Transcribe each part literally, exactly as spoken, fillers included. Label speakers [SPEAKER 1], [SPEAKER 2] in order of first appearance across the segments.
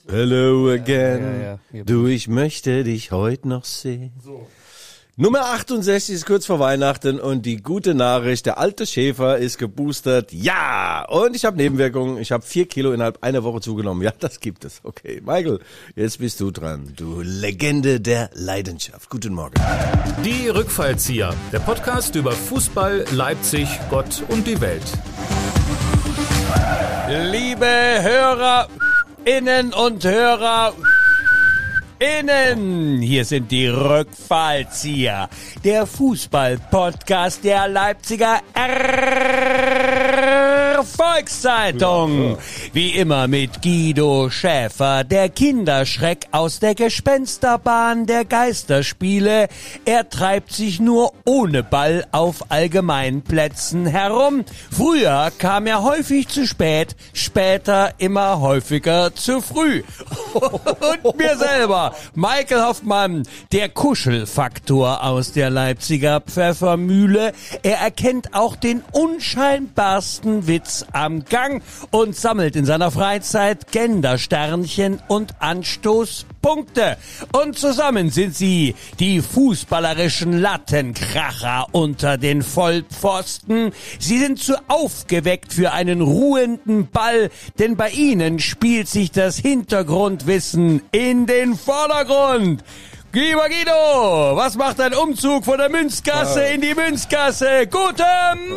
[SPEAKER 1] Hello again.
[SPEAKER 2] Ja, ja, ja.
[SPEAKER 1] Du, ich möchte dich heute noch sehen. So. Nummer achtundsechzig ist kurz vor Weihnachten und die gute Nachricht, der alte Schäfer ist geboostert. Ja! Und ich habe Nebenwirkungen. Ich habe vier Kilo innerhalb einer Woche zugenommen. Ja, das gibt es. Okay, Michael, jetzt bist du dran. Du Legende der Leidenschaft. Guten Morgen.
[SPEAKER 3] Die Rückfallzieher. Der Podcast über Fußball, Leipzig, Gott und die Welt.
[SPEAKER 2] Liebe Hörerinnen und Hörer Innen, hier sind die Rückfallzieher, der Fußball-Podcast der Leipziger Volkszeitung. Wie immer mit Guido Schäfer, der Kinderschreck aus der Gespensterbahn der Geisterspiele. Er treibt sich nur ohne Ball auf Allgemeinplätzen herum. Früher kam er häufig zu spät, später immer häufiger zu früh. Und mir selber, Michael Hoffmann, der Kuschelfaktor aus der Leipziger Pfeffermühle. Er erkennt auch den unscheinbarsten Witz am Gang und sammelt in seiner Freizeit Gendersternchen und Anstoßpunkte. Und zusammen sind sie die fußballerischen Lattenkracher unter den Vollpfosten. Sie sind zu aufgeweckt für einen ruhenden Ball, denn bei ihnen spielt sich das Hintergrundwissen in den Vordergrund. Lieber Guido, was macht ein Umzug von der Münzgasse in die Münzgasse? Guten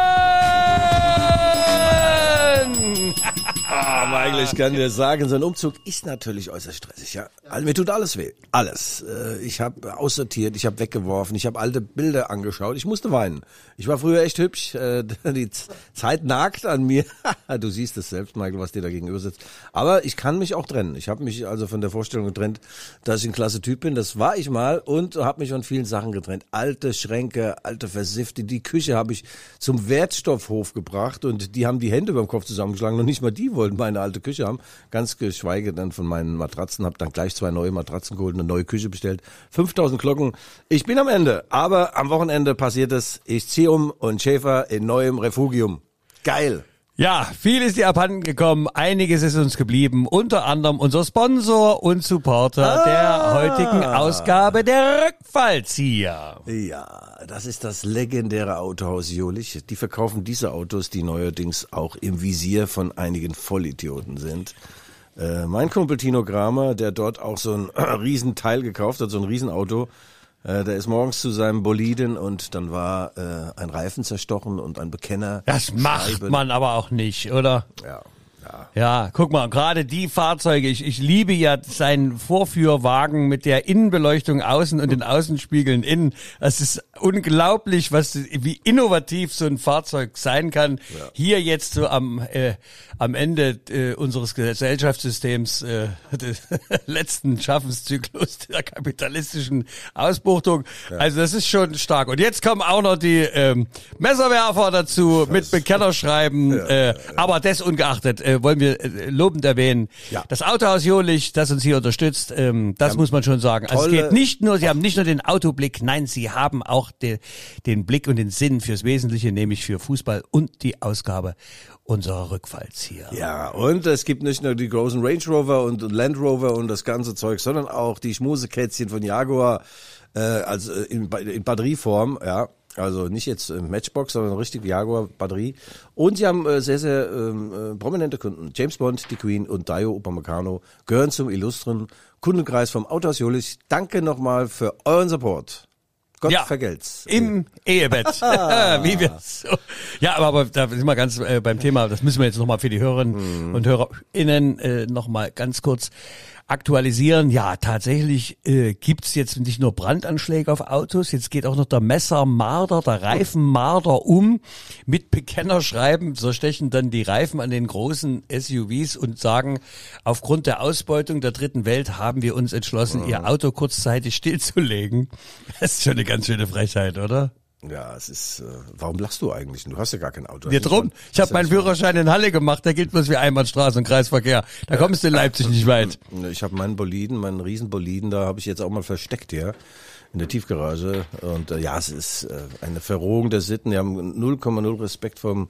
[SPEAKER 2] Morgen!
[SPEAKER 1] Ah, Michael, ich kann dir sagen, so ein Umzug ist natürlich äußerst stressig, ja. Also, mir tut alles weh. Alles. Ich habe aussortiert, ich habe weggeworfen, ich habe alte Bilder angeschaut, ich musste weinen. Ich war früher echt hübsch, die Zeit nagt an mir. Du siehst es selbst, Michael, was dir da gegenüber sitzt. Aber ich kann mich auch trennen. Ich habe mich also von der Vorstellung getrennt, dass ich ein klasse Typ bin. Das war ich mal und habe mich von vielen Sachen getrennt. Alte Schränke, alte Versiffte. Die Küche habe ich zum Wertstoffhof gebracht und die haben die Hände beim Kopf zusammengeschlagen. Noch nicht mal die wollten meine alte Küche haben. Ganz geschweige dann von meinen Matratzen. Habe dann gleich zwei neue Matratzen geholt, eine neue Küche bestellt. fünftausend Glocken. Ich bin am Ende. Aber am Wochenende passiert es. Ich ziehe um und Schäfer in neuem Refugium. Geil.
[SPEAKER 2] Ja, viel ist dir abhanden gekommen, einiges ist uns geblieben, unter anderem unser Sponsor und Supporter ah. der heutigen Ausgabe der Rückfallzieher.
[SPEAKER 1] Ja, das ist das legendäre Autohaus Jülich. Die verkaufen diese Autos, die neuerdings auch im Visier von einigen Vollidioten sind. Äh, mein Kumpel Tino Kramer, der dort auch so ein Riesenteil gekauft hat, so ein Riesenauto, Äh, der ist morgens zu seinem Boliden und dann war äh, ein Reifen zerstochen und ein Bekenner.
[SPEAKER 2] Das macht Scheiben. Man aber auch nicht, oder?
[SPEAKER 1] Ja. Ja.
[SPEAKER 2] Ja, guck mal, gerade die Fahrzeuge, ich, ich liebe ja seinen Vorführwagen mit der Innenbeleuchtung außen und den Außenspiegeln innen. Es ist unglaublich, was wie innovativ so ein Fahrzeug sein kann. Ja. Hier jetzt so am äh, am Ende äh, unseres Gesellschaftssystems äh, des letzten Schaffenszyklus der kapitalistischen Ausbuchtung. Ja. Also das ist schon stark. Und jetzt kommen auch noch die ähm, Messerwerfer dazu das mit Bekennerschreiben. Ja, äh, ja, ja. Aber desungeachtet äh, wollen wir äh, lobend erwähnen. Ja. Das Autohaus Jülich, das uns hier unterstützt, ähm, das ja, muss man schon sagen. Also es geht nicht nur, sie haben nicht nur den Autoblick, nein, sie haben auch de, den Blick und den Sinn fürs Wesentliche, nämlich für Fußball und die Ausgabe unserer Rückfallzieher.
[SPEAKER 1] Ja, und es gibt nicht nur die großen Range Rover und Land Rover und das ganze Zeug, sondern auch die Schmusekätzchen von Jaguar, äh, also in, in Batterieform, ja. Also nicht jetzt Matchbox, sondern richtig Jaguar-Batterie. Und sie haben äh, sehr, sehr ähm, äh, prominente Kunden. James Bond, die Queen und Dayo Upamecano gehören zum illustren Kundenkreis vom Autohaus Jülich. Danke nochmal für euren Support. Gott
[SPEAKER 2] ja,
[SPEAKER 1] vergelt's.
[SPEAKER 2] Im Ehebett. Wie wir so. Ja, aber, aber da sind wir ganz äh, beim Thema, das müssen wir jetzt nochmal für die Hörerinnen mhm. und HörerInnen äh, nochmal ganz kurz aktualisieren. Ja, tatsächlich äh, gibt's jetzt nicht nur Brandanschläge auf Autos, jetzt geht auch noch der Messermarder, der Reifenmarder um mit Bekennerschreiben. So stechen dann die Reifen an den großen S U Vs und sagen, aufgrund der Ausbeutung der dritten Welt haben wir uns entschlossen, mhm. ihr Auto kurzzeitig stillzulegen. Das ist schon eine ganz schöne Frechheit, oder?
[SPEAKER 1] Ja, es ist, äh, warum lachst du eigentlich? Du hast ja gar kein Auto.
[SPEAKER 2] Wir drum. Ich habe meinen Führerschein in Halle gemacht, der gilt bloß wie Einbahnstraße und Kreisverkehr. Da kommst du in Leipzig nicht weit.
[SPEAKER 1] Ich habe meinen Boliden, meinen Riesenboliden, da habe ich jetzt auch mal versteckt, ja, in der Tiefgarage. Und äh, ja, es ist äh, eine Verrohung der Sitten. Wir haben null Komma null Respekt vom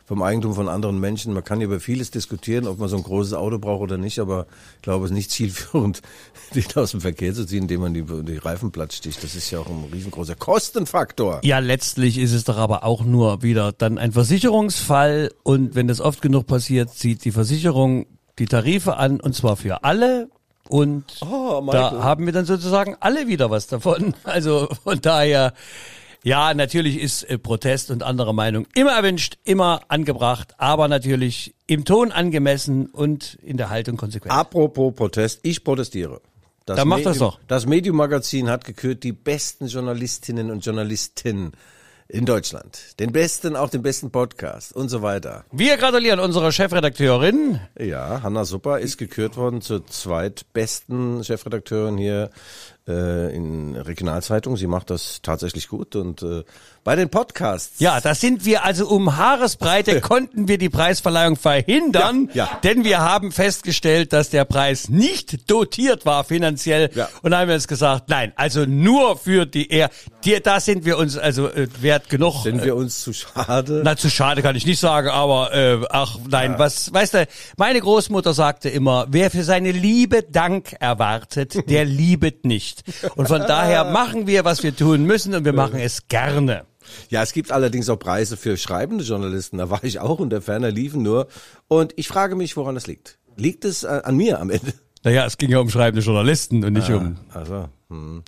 [SPEAKER 1] vom Eigentum von anderen Menschen. Man kann über vieles diskutieren, ob man so ein großes Auto braucht oder nicht, aber ich glaube, es ist nicht zielführend, den aus dem Verkehr zu ziehen, indem man die, die Reifen platt sticht. Das ist ja auch ein riesengroßer Kostenfaktor.
[SPEAKER 2] Ja, letztlich ist es doch aber auch nur wieder dann ein Versicherungsfall und wenn das oft genug passiert, zieht die Versicherung die Tarife an und zwar für alle. Und
[SPEAKER 1] oh,
[SPEAKER 2] da haben wir dann sozusagen alle wieder was davon. Also von daher, ja, natürlich ist äh, Protest und andere Meinung immer erwünscht, immer angebracht, aber natürlich im Ton angemessen und in der Haltung konsequent.
[SPEAKER 1] Apropos Protest, ich protestiere. Das
[SPEAKER 2] Dann mach das
[SPEAKER 1] Medium,
[SPEAKER 2] doch.
[SPEAKER 1] Das Medium-Magazin hat gekürt die besten Journalistinnen und Journalisten in Deutschland. Den besten, auch den besten Podcast und so weiter.
[SPEAKER 2] Wir gratulieren unserer Chefredakteurin.
[SPEAKER 1] Ja, Hanna Supper ist gekürt worden zur zweitbesten Chefredakteurin hier äh, in Regionalzeitung. Sie macht das tatsächlich gut und äh, bei den Podcasts.
[SPEAKER 2] Ja, da sind wir also um Haaresbreite konnten wir die Preisverleihung verhindern,
[SPEAKER 1] Ja, ja.
[SPEAKER 2] denn wir haben festgestellt, dass der Preis nicht dotiert war finanziell
[SPEAKER 1] Ja.
[SPEAKER 2] und da haben wir uns gesagt, nein, also nur für die er, die, da sind wir uns also äh, wert genug.
[SPEAKER 1] Sind wir uns zu schade?
[SPEAKER 2] Na, zu schade kann ich nicht sagen, aber äh, ach nein,
[SPEAKER 1] Ja.
[SPEAKER 2] was, weißt du, meine Großmutter sagte immer, wer für seine Liebe Dank erwartet, der liebet nicht. Und von daher machen wir, was wir tun müssen und wir machen es gerne.
[SPEAKER 1] Ja, es gibt allerdings auch Preise für schreibende Journalisten. Da war ich auch und der Ferner liefen nur. Und ich frage mich, woran das liegt. Liegt es äh, an mir am Ende?
[SPEAKER 2] Naja, es ging ja um schreibende Journalisten und nicht um...
[SPEAKER 1] Also, hm.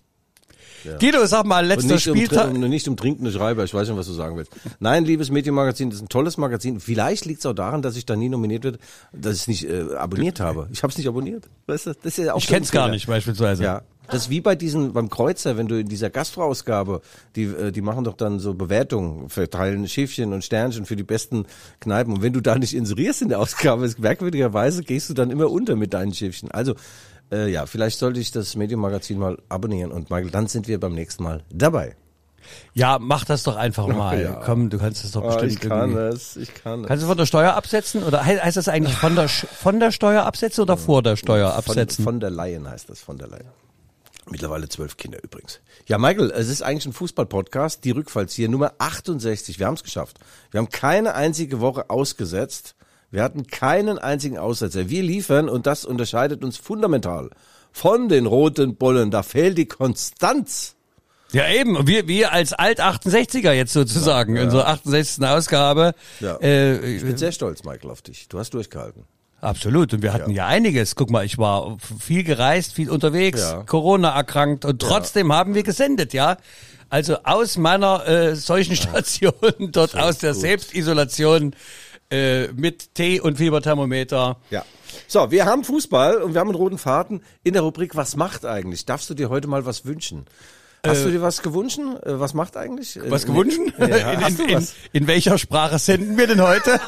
[SPEAKER 2] Guido, sag mal,
[SPEAKER 1] Und
[SPEAKER 2] letzter
[SPEAKER 1] nicht, um,
[SPEAKER 2] Spieltag...
[SPEAKER 1] um, nicht um trinkende Schreiber, ich weiß schon, was du sagen willst. Nein, liebes Medienmagazin, das ist ein tolles Magazin. Vielleicht liegt es auch daran, dass ich da nie nominiert werde, dass ich es nicht äh, abonniert habe. Ich habe es nicht abonniert. Weißt du, das ist ja auch
[SPEAKER 2] Ich
[SPEAKER 1] so ein
[SPEAKER 2] kenn's gar
[SPEAKER 1] Fehler.
[SPEAKER 2] nicht beispielsweise.
[SPEAKER 1] Ja, das ist wie bei diesen, beim Kreuzer, wenn du in dieser Gastroausgabe, die, äh, die machen doch dann so Bewertungen, verteilen Schiffchen und Sternchen für die besten Kneipen. Und wenn du da nicht inserierst in der Ausgabe, ist merkwürdigerweise gehst du dann immer unter mit deinen Schiffchen. Also, äh, ja, vielleicht sollte ich das Medienmagazin mal abonnieren und Michael, dann sind wir beim nächsten Mal dabei.
[SPEAKER 2] Ja, mach das doch einfach mal.
[SPEAKER 1] Ja.
[SPEAKER 2] Komm, du kannst das doch
[SPEAKER 1] Oh,
[SPEAKER 2] bestimmt
[SPEAKER 1] ich kann
[SPEAKER 2] irgendwie.
[SPEAKER 1] es, ich kann es.
[SPEAKER 2] Kannst du von der Steuer absetzen? Oder he- heißt das eigentlich von der, Sch- von der Steuer absetzen oder vor der Steuer absetzen?
[SPEAKER 1] Von, von der Leyen heißt das, von der Leyen. Mittlerweile zwölf Kinder übrigens. Ja, Michael, es ist eigentlich ein Fußball-Podcast, die Rückfallzieher Nummer achtundsechzig. Wir haben es geschafft. Wir haben keine einzige Woche ausgesetzt. Wir hatten keinen einzigen Aussetzer. Wir liefern und das unterscheidet uns fundamental von den roten Bullen. Da fehlt die Konstanz.
[SPEAKER 2] Ja, eben. Wir, wir als Alt-achtundsechziger jetzt sozusagen,
[SPEAKER 1] Ja, ja.
[SPEAKER 2] unsere achtundsechzigste Ausgabe.
[SPEAKER 1] Ja.
[SPEAKER 2] Äh,
[SPEAKER 1] Ich bin sehr stolz, Michael, auf dich. Du hast durchgehalten.
[SPEAKER 2] Absolut. Und wir hatten ja. ja einiges. Guck mal, ich war viel gereist, viel unterwegs,
[SPEAKER 1] Ja.
[SPEAKER 2] Corona erkrankt und trotzdem haben wir gesendet, ja. Also aus meiner äh, Seuchenstation, dort aus der
[SPEAKER 1] gut.
[SPEAKER 2] Selbstisolation äh, mit Tee und Fieberthermometer.
[SPEAKER 1] Ja. So, wir haben Fußball und wir haben einen roten Faden in der Rubrik Was macht eigentlich? Darfst du dir heute mal was wünschen? Hast du dir was gewünscht? Äh, Was macht eigentlich?
[SPEAKER 2] Was gewünscht?
[SPEAKER 1] Ja,
[SPEAKER 2] in,
[SPEAKER 1] hast du
[SPEAKER 2] in, in,
[SPEAKER 1] was?
[SPEAKER 2] in welcher Sprache senden wir denn heute?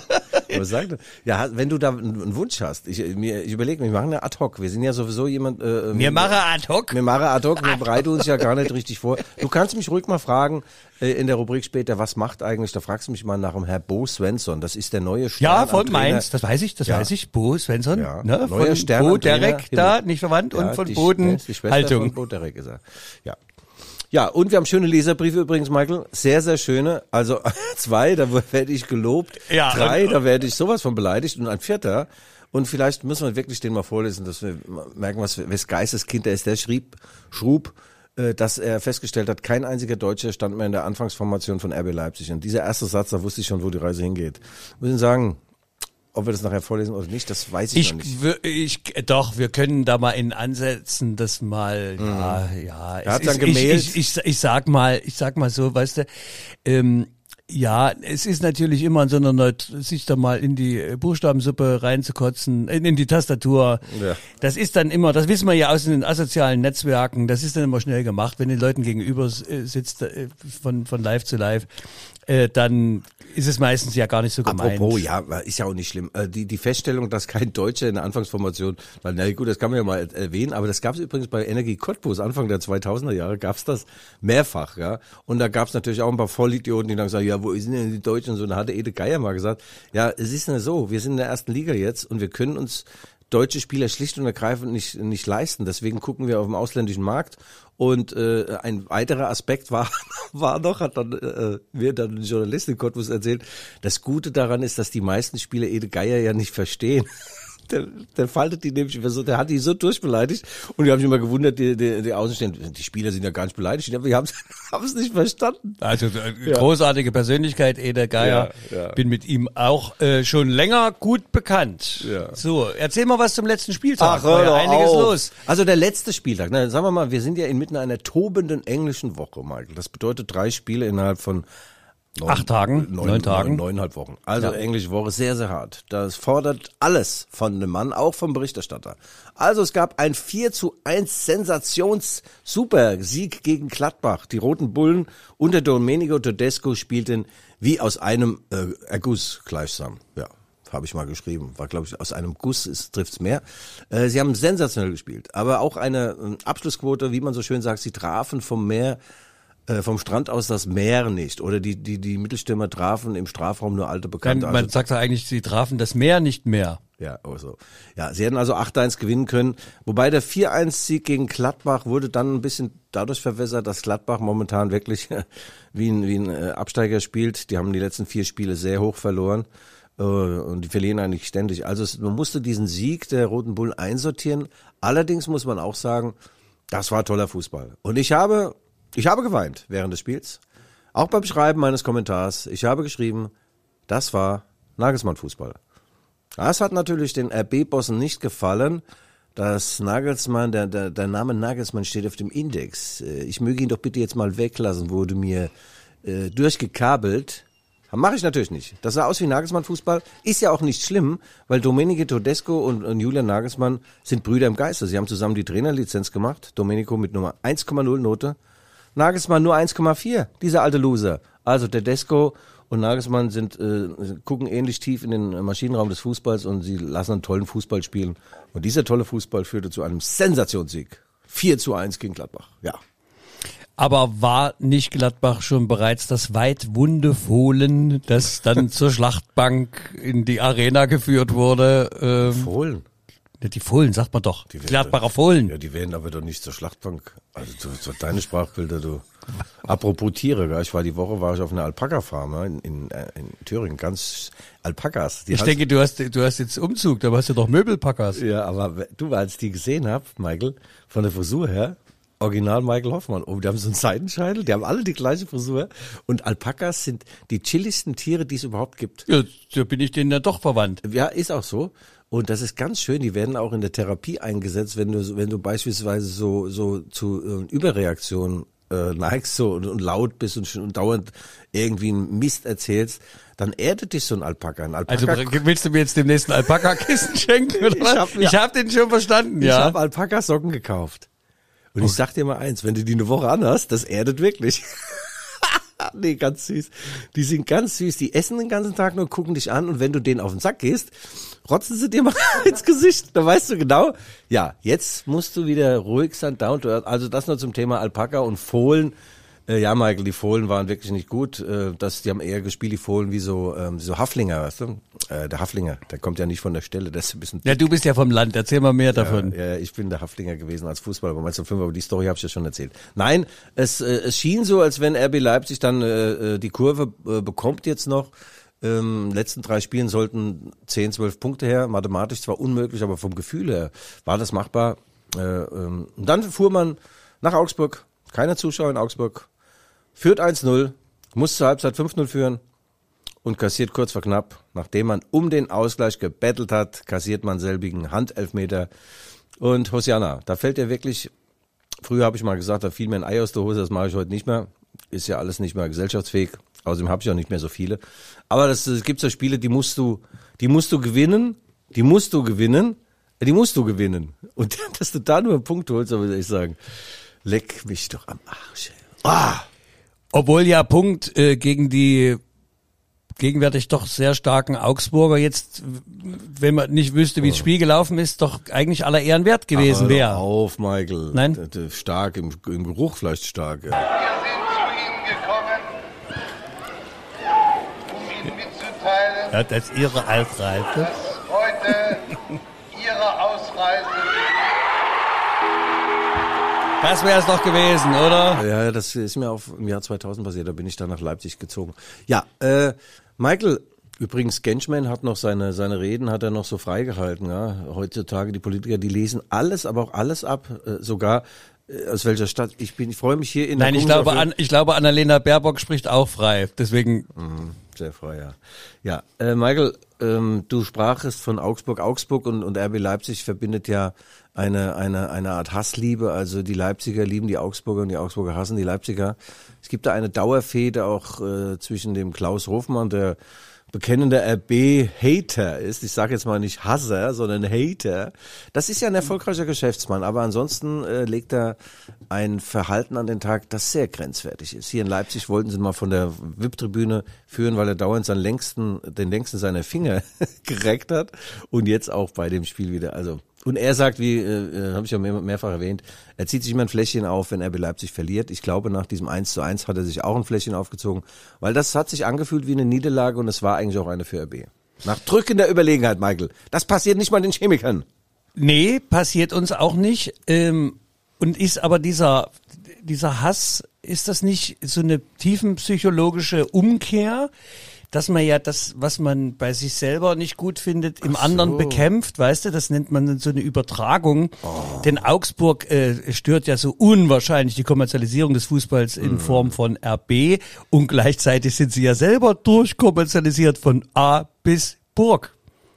[SPEAKER 1] Was sagt er? Ja, wenn du da einen Wunsch hast, ich, mir, ich überlege mir, wir machen ja ad hoc. Wir sind ja sowieso jemand. Äh,
[SPEAKER 2] Wir machen ad hoc.
[SPEAKER 1] Wir machen ad hoc, wir bereiten uns ja gar nicht richtig vor. Du kannst mich ruhig mal fragen äh, in der Rubrik später, was macht eigentlich, da fragst du mich mal nach dem Herr Bo Svensson. Das ist der neue Stern.
[SPEAKER 2] Ja,
[SPEAKER 1] am
[SPEAKER 2] von
[SPEAKER 1] Trainer.
[SPEAKER 2] Mainz, das weiß ich, das
[SPEAKER 1] Ja.
[SPEAKER 2] weiß ich. Bo Svensson,
[SPEAKER 1] Ja.
[SPEAKER 2] ne?
[SPEAKER 1] Neuer
[SPEAKER 2] Von
[SPEAKER 1] Stern
[SPEAKER 2] Bo
[SPEAKER 1] am Trainer.
[SPEAKER 2] Derek, da, nicht verwandt,
[SPEAKER 1] Ja,
[SPEAKER 2] und von
[SPEAKER 1] die,
[SPEAKER 2] Boden,
[SPEAKER 1] ja, ist die Schwester
[SPEAKER 2] Haltung.
[SPEAKER 1] von Bo Derek ist er. Ja. Ja, und wir haben schöne Leserbriefe übrigens, Michael. Sehr, sehr schöne. Also zwei, da werde ich gelobt.
[SPEAKER 2] Ja,
[SPEAKER 1] Drei,
[SPEAKER 2] und-
[SPEAKER 1] da werde ich sowas von beleidigt. Und ein vierter. Und vielleicht müssen wir wirklich den mal vorlesen, dass wir merken, was wes Geisteskind er ist. Der schrieb, schrub, äh, dass er festgestellt hat, kein einziger Deutscher stand mehr in der Anfangsformation von R B Leipzig. Und dieser erste Satz, da wusste ich schon, wo die Reise hingeht. Muss ich sagen, ob wir das nachher vorlesen oder nicht, das weiß ich,
[SPEAKER 2] Ich,
[SPEAKER 1] noch nicht.
[SPEAKER 2] w- ich, doch, wir können da mal in Ansätzen das mal, ja, ja.
[SPEAKER 1] Er hat
[SPEAKER 2] es
[SPEAKER 1] dann
[SPEAKER 2] ist-
[SPEAKER 1] gemailt.
[SPEAKER 2] Ich, ich, ich, ich sag mal, ich sag mal so, weißt du, ähm, ja, es ist natürlich immer in so einer Neut sich da mal in die Buchstabensuppe reinzukotzen, in, in die Tastatur.
[SPEAKER 1] Ja.
[SPEAKER 2] Das ist dann immer, das wissen wir ja aus den asozialen Netzwerken, das ist dann immer schnell gemacht, wenn den Leuten gegenüber äh, sitzt, äh, von, von live zu live, äh, dann ist es meistens ja gar nicht so gemeint.
[SPEAKER 1] Apropos, ja, ist ja auch nicht schlimm. Äh, Die, die Feststellung, dass kein Deutscher in der Anfangsformation, weil, na gut, das kann man ja mal erwähnen, aber das gab es übrigens bei Energie Cottbus, Anfang der zweitausender Jahre, gab es das mehrfach, ja. Und da gab es natürlich auch ein paar Vollidioten, die dann sagen, ja, wo sind denn die Deutschen? Und so, da hatte Ede Geier mal gesagt, ja, es ist ja so, wir sind in der ersten Liga jetzt und wir können uns deutsche Spieler schlicht und ergreifend nicht, nicht leisten. Deswegen gucken wir auf dem ausländischen Markt. Und äh, ein weiterer Aspekt war, war noch, hat dann äh, mir dann ein Journalist in Cottbus erzählt, das Gute daran ist, dass die meisten Spieler Ede Geier ja nicht verstehen. Der, der faltet die nämlich so, der hat die so durchbeleidigt und die haben sich immer gewundert, die, die, die Außenstehenden, die Spieler sind ja gar nicht beleidigt, aber die haben es nicht verstanden.
[SPEAKER 2] Also äh, großartige Persönlichkeit, Ede Geier. Ja, ja. Bin mit ihm auch äh, schon länger gut bekannt. Ja. So, erzähl mal was zum letzten Spieltag.
[SPEAKER 1] Ach, hör doch
[SPEAKER 2] einiges
[SPEAKER 1] auf.
[SPEAKER 2] los.
[SPEAKER 1] Also der letzte Spieltag, na, sagen wir mal, wir sind ja inmitten einer tobenden englischen Woche, Michael. Das bedeutet drei Spiele innerhalb von Neun,
[SPEAKER 2] Acht Tagen,
[SPEAKER 1] neun,
[SPEAKER 2] neun Tagen.
[SPEAKER 1] Neun, neuneinhalb Wochen. Also
[SPEAKER 2] ja.
[SPEAKER 1] englische Woche, sehr, sehr hart. Das fordert alles von einem Mann, auch vom Berichterstatter. Also es gab ein vier zu eins Sensations-Super-Sieg gegen Gladbach. Die Roten Bullen unter Domenico Tedesco spielten wie aus einem äh, Erguss gleichsam. Ja, habe ich mal geschrieben. War, glaube ich, aus einem Guss ist, trifft's mehr. Äh, sie haben sensationell gespielt. Aber auch eine äh, Abschlussquote, wie man so schön sagt, sie trafen vom Meer vom Strand aus das Meer nicht. Oder die, die, die Mittelstürmer trafen im Strafraum nur alte Bekannte.
[SPEAKER 2] Man also, sagt ja eigentlich, sie trafen das Meer nicht mehr.
[SPEAKER 1] Ja, also. Ja, sie hätten also acht eins gewinnen können. Wobei der vier eins Sieg gegen Gladbach wurde dann ein bisschen dadurch verwässert, dass Gladbach momentan wirklich wie ein, wie ein Absteiger spielt. Die haben die letzten vier Spiele sehr hoch verloren. Und die verlieren eigentlich ständig. Also es, man musste diesen Sieg der Roten Bullen einsortieren. Allerdings muss man auch sagen, das war toller Fußball. Und ich habe Ich habe geweint während des Spiels, auch beim Schreiben meines Kommentars. Ich habe geschrieben, das war Nagelsmann-Fußball. Das hat natürlich den R B-Bossen nicht gefallen, dass Nagelsmann, der, der, der Name Nagelsmann steht auf dem Index. Ich möge ihn doch bitte jetzt mal weglassen, wurde mir äh, durchgekabelt. Mache ich natürlich nicht. Das sah aus wie Nagelsmann-Fußball. Ist ja auch nicht schlimm, weil Domenico Tedesco und, und Julian Nagelsmann sind Brüder im Geiste. Sie haben zusammen die Trainerlizenz gemacht. Domenico mit Nummer eins Komma null Note. Nagelsmann nur eins Komma vier, dieser alte Loser. Also Tedesco und Nagelsmann sind äh, gucken ähnlich tief in den Maschinenraum des Fußballs und sie lassen einen tollen Fußball spielen. Und dieser tolle Fußball führte zu einem Sensationssieg. vier zu eins gegen Gladbach, ja.
[SPEAKER 2] Aber war nicht Gladbach schon bereits das weitwunde Fohlen, das dann zur Schlachtbank in die Arena geführt wurde? Ähm,
[SPEAKER 1] Fohlen?
[SPEAKER 2] Die Fohlen, sagt man doch. Die Gladbacher Fohlen.
[SPEAKER 1] Ja, die werden aber doch nicht zur Schlachtbank. Also zu, zu deine Sprachbilder, du. Apropos Tiere, ich war die Woche war ich auf einer Alpaka-Farm in, in, in Thüringen, ganz Alpakas. Die
[SPEAKER 2] ich denke, du hast du hast jetzt Umzug, da hast du doch Möbelpackers.
[SPEAKER 1] Ja, aber du, als ich die gesehen hab, Michael, von der Frisur her, Original Michael Hoffmann. Oh, die haben so einen Seitenscheitel, die haben alle die gleiche Frisur. Und Alpakas sind die chilligsten Tiere, die es überhaupt gibt.
[SPEAKER 2] Ja, da bin ich denen ja doch verwandt.
[SPEAKER 1] Ja, ist auch so. Und das ist ganz schön, die werden auch in der Therapie eingesetzt, wenn du wenn du beispielsweise so so zu äh, Überreaktionen äh, neigst so und, und laut bist und, und dauernd irgendwie einen Mist erzählst, dann erdet dich so ein Alpaka. Ein Alpaka
[SPEAKER 2] also willst du mir jetzt demnächst ein Alpaka-Kissen schenken oder was? Ich hab, ich hab den schon verstanden, ja.
[SPEAKER 1] Ich habe Alpaka-Socken gekauft. Und ich sag dir mal eins, wenn du die eine Woche anhast, das erdet wirklich. Nee, ganz süß. Die sind ganz süß. Die essen den ganzen Tag nur, gucken dich an und wenn du denen auf den Sack gehst, rotzen sie dir mal ins Gesicht. Da weißt du genau, ja, jetzt musst du wieder ruhig sein, down to earth. Also das nur zum Thema Alpaka und Fohlen. Äh, ja, Michael, die Fohlen waren wirklich nicht gut. Äh, das, die haben eher gespielt, die Fohlen, wie so ähm, so Haflinger, weißt du? Äh, der Haflinger, der kommt ja nicht von der Stelle. Der ist ein bisschen
[SPEAKER 2] ja, du bist ja vom Land, erzähl mal mehr davon.
[SPEAKER 1] Ja, ja, ich bin der Haflinger gewesen als Fußballer bei Mainz null fünf, aber die Story habe ich ja schon erzählt. Nein, es, äh, es schien so, als wenn R B Leipzig dann äh, die Kurve äh, bekommt jetzt noch. Ähm, letzten drei Spielen sollten zehn, zwölf Punkte her. Mathematisch zwar unmöglich, aber vom Gefühl her war das machbar. Äh, ähm, und dann fuhr man nach Augsburg. Keiner Zuschauer in Augsburg. Führt eins null, muss zur Halbzeit fünf null führen und kassiert kurz vor knapp. Nachdem man um den Ausgleich gebettelt hat, kassiert man selbigen Handelfmeter. Und Hosianna, da fällt ja wirklich, früher habe ich mal gesagt, da fiel mir ein Ei aus der Hose, das mache ich heute nicht mehr. Ist ja alles nicht mehr gesellschaftsfähig. Außerdem habe ich auch nicht mehr so viele. Aber das, es gibt so Spiele, die musst du, die musst du gewinnen, die musst du gewinnen, die musst du gewinnen. Und dass du da nur einen Punkt holst, würde ich sagen, leck mich doch am Arsch. Ah!
[SPEAKER 2] Obwohl ja Punkt äh, gegen die gegenwärtig doch sehr starken Augsburger jetzt, wenn man nicht wüsste, wie das Spiel gelaufen ist, doch eigentlich aller Ehren wert gewesen wäre.
[SPEAKER 1] Hör auf, Michael.
[SPEAKER 2] Nein?
[SPEAKER 1] Stark, im, im Geruch vielleicht stark. Ja.
[SPEAKER 4] Wir sind zu Ihnen gekommen, um Ihnen mitzuteilen,
[SPEAKER 2] Ja, das ist Ihre Ausreise.
[SPEAKER 4] dass heute Ihre Reisen.
[SPEAKER 2] Das wäre es doch gewesen, oder?
[SPEAKER 1] Ja, das ist mir auch im Jahr zweitausend passiert, da bin ich dann nach Leipzig gezogen. Ja, äh, Michael, übrigens, Genschmann hat noch seine seine Reden, hat er noch so freigehalten. Ja? Heutzutage, die Politiker, die lesen alles, aber auch alles ab, äh, sogar äh, aus welcher Stadt. Ich bin, ich freue mich hier in
[SPEAKER 2] Nein,
[SPEAKER 1] der
[SPEAKER 2] ich glaube, an, ich glaube, Annalena Baerbock spricht auch frei, deswegen...
[SPEAKER 1] Mhm, sehr frei, ja. Ja, äh, Michael, ähm, du sprachest von Augsburg, Augsburg und, und R B Leipzig verbindet ja eine, eine, eine Art Hassliebe, also die Leipziger lieben die Augsburger und die Augsburger hassen die Leipziger. Es gibt da eine Dauerfehde auch äh, zwischen dem Klaus Hofmann, der bekennender R B-Hater ist. Ich sage jetzt mal nicht Hasser, sondern Hater. Das ist ja ein erfolgreicher Geschäftsmann, aber ansonsten äh, legt er ein Verhalten an den Tag, das sehr grenzwertig ist. Hier in Leipzig wollten sie ihn mal von der V I P-Tribüne führen, weil er dauernd seinen längsten, den längsten seiner Finger gereckt hat und jetzt auch bei dem Spiel wieder. Also und er sagt, wie äh, habe ich ja mehr, mehrfach erwähnt, er zieht sich immer ein Fläschchen auf, wenn R B Leipzig verliert. Ich glaube, nach diesem eins zu eins hat er sich auch ein Fläschchen aufgezogen, weil das hat sich angefühlt wie eine Niederlage und es war eigentlich auch eine für R B. Nach drückender Überlegenheit, Michael. Das passiert nicht mal den Chemikern.
[SPEAKER 2] Nee, passiert uns auch nicht. Ähm, und ist aber dieser, dieser Hass, ist das nicht so eine tiefenpsychologische Umkehr, dass man ja das, was man bei sich selber nicht gut findet, im
[SPEAKER 1] Ach so.
[SPEAKER 2] anderen bekämpft, weißt du, das nennt man dann so eine Übertragung. Oh. Denn Augsburg äh, stört ja so unwahrscheinlich die Kommerzialisierung des Fußballs in mm. Form von R B und gleichzeitig sind sie ja selber durchkommerzialisiert von A bis Burg.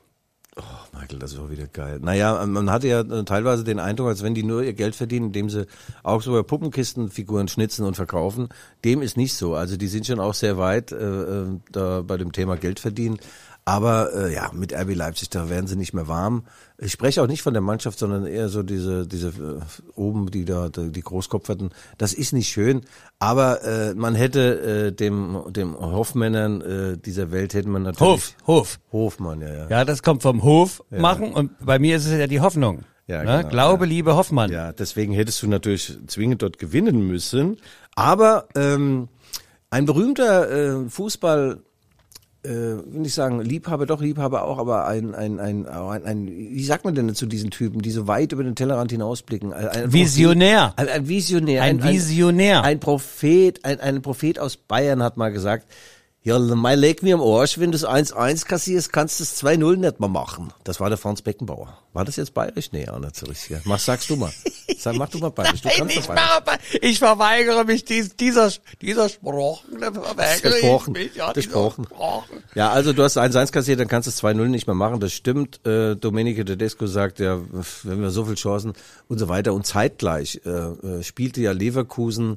[SPEAKER 1] Michael, das ist auch wieder geil. Naja, man hatte ja teilweise den Eindruck, als wenn die nur ihr Geld verdienen, indem sie Augsburger Puppenkistenfiguren schnitzen und verkaufen. Dem ist nicht so. Also die sind schon auch sehr weit äh, da bei dem Thema Geld verdienen. Aber äh, ja, mit R B Leipzig, da werden sie nicht mehr warm. Ich spreche auch nicht von der Mannschaft, sondern eher so diese diese äh, oben, die da die Großkopferten. Das ist nicht schön, aber äh, man hätte äh, dem dem Hofmännern äh, dieser Welt hätte man natürlich
[SPEAKER 2] Hof, Hof,
[SPEAKER 1] Hofmann, ja, ja.
[SPEAKER 2] Ja, das kommt vom Hof
[SPEAKER 1] Ja.
[SPEAKER 2] machen und bei mir ist es ja die Hoffnung.
[SPEAKER 1] Ja,
[SPEAKER 2] ne?
[SPEAKER 1] genau,
[SPEAKER 2] Glaube,
[SPEAKER 1] ja.
[SPEAKER 2] Liebe, Hoffmann.
[SPEAKER 1] Ja, deswegen hättest du natürlich zwingend dort gewinnen müssen. Aber ähm, ein berühmter äh, Fußball äh, will ich sagen, Liebhaber, doch Liebhaber auch, aber ein, ein, ein, ein, ein, wie sagt man denn zu diesen Typen, die so weit über den Tellerrand hinausblicken? Ein, ein
[SPEAKER 2] Visionär.
[SPEAKER 1] Prophet, ein, ein Visionär.
[SPEAKER 2] Ein Visionär.
[SPEAKER 1] Ein, ein Prophet, ein, ein Prophet aus Bayern hat mal gesagt, ja, mein leg mir am Arsch, wenn du das eins eins kassierst, kannst du das zwei null nicht mehr machen. Das war der Franz Beckenbauer. War das jetzt bayerisch? Nee, auch nicht so richtig. Mach, sagst du mal. Sag, mach du mal bayerisch. Du
[SPEAKER 2] Nein,
[SPEAKER 1] kannst
[SPEAKER 2] ich,
[SPEAKER 1] doch bayerisch.
[SPEAKER 2] mache, ich verweigere mich dies, dieser, dieser Sprachen, verweigere
[SPEAKER 1] Gesprochen.
[SPEAKER 2] ich mich. Ja,
[SPEAKER 1] Gesprochen.
[SPEAKER 2] Sprachen.
[SPEAKER 1] Ja, also du hast eins eins kassiert, dann kannst du es zwei null nicht mehr machen. Das stimmt. Äh, Domenico Tedesco sagt ja, wenn wir so viele Chancen und so weiter. Und zeitgleich äh, äh, spielte ja Leverkusen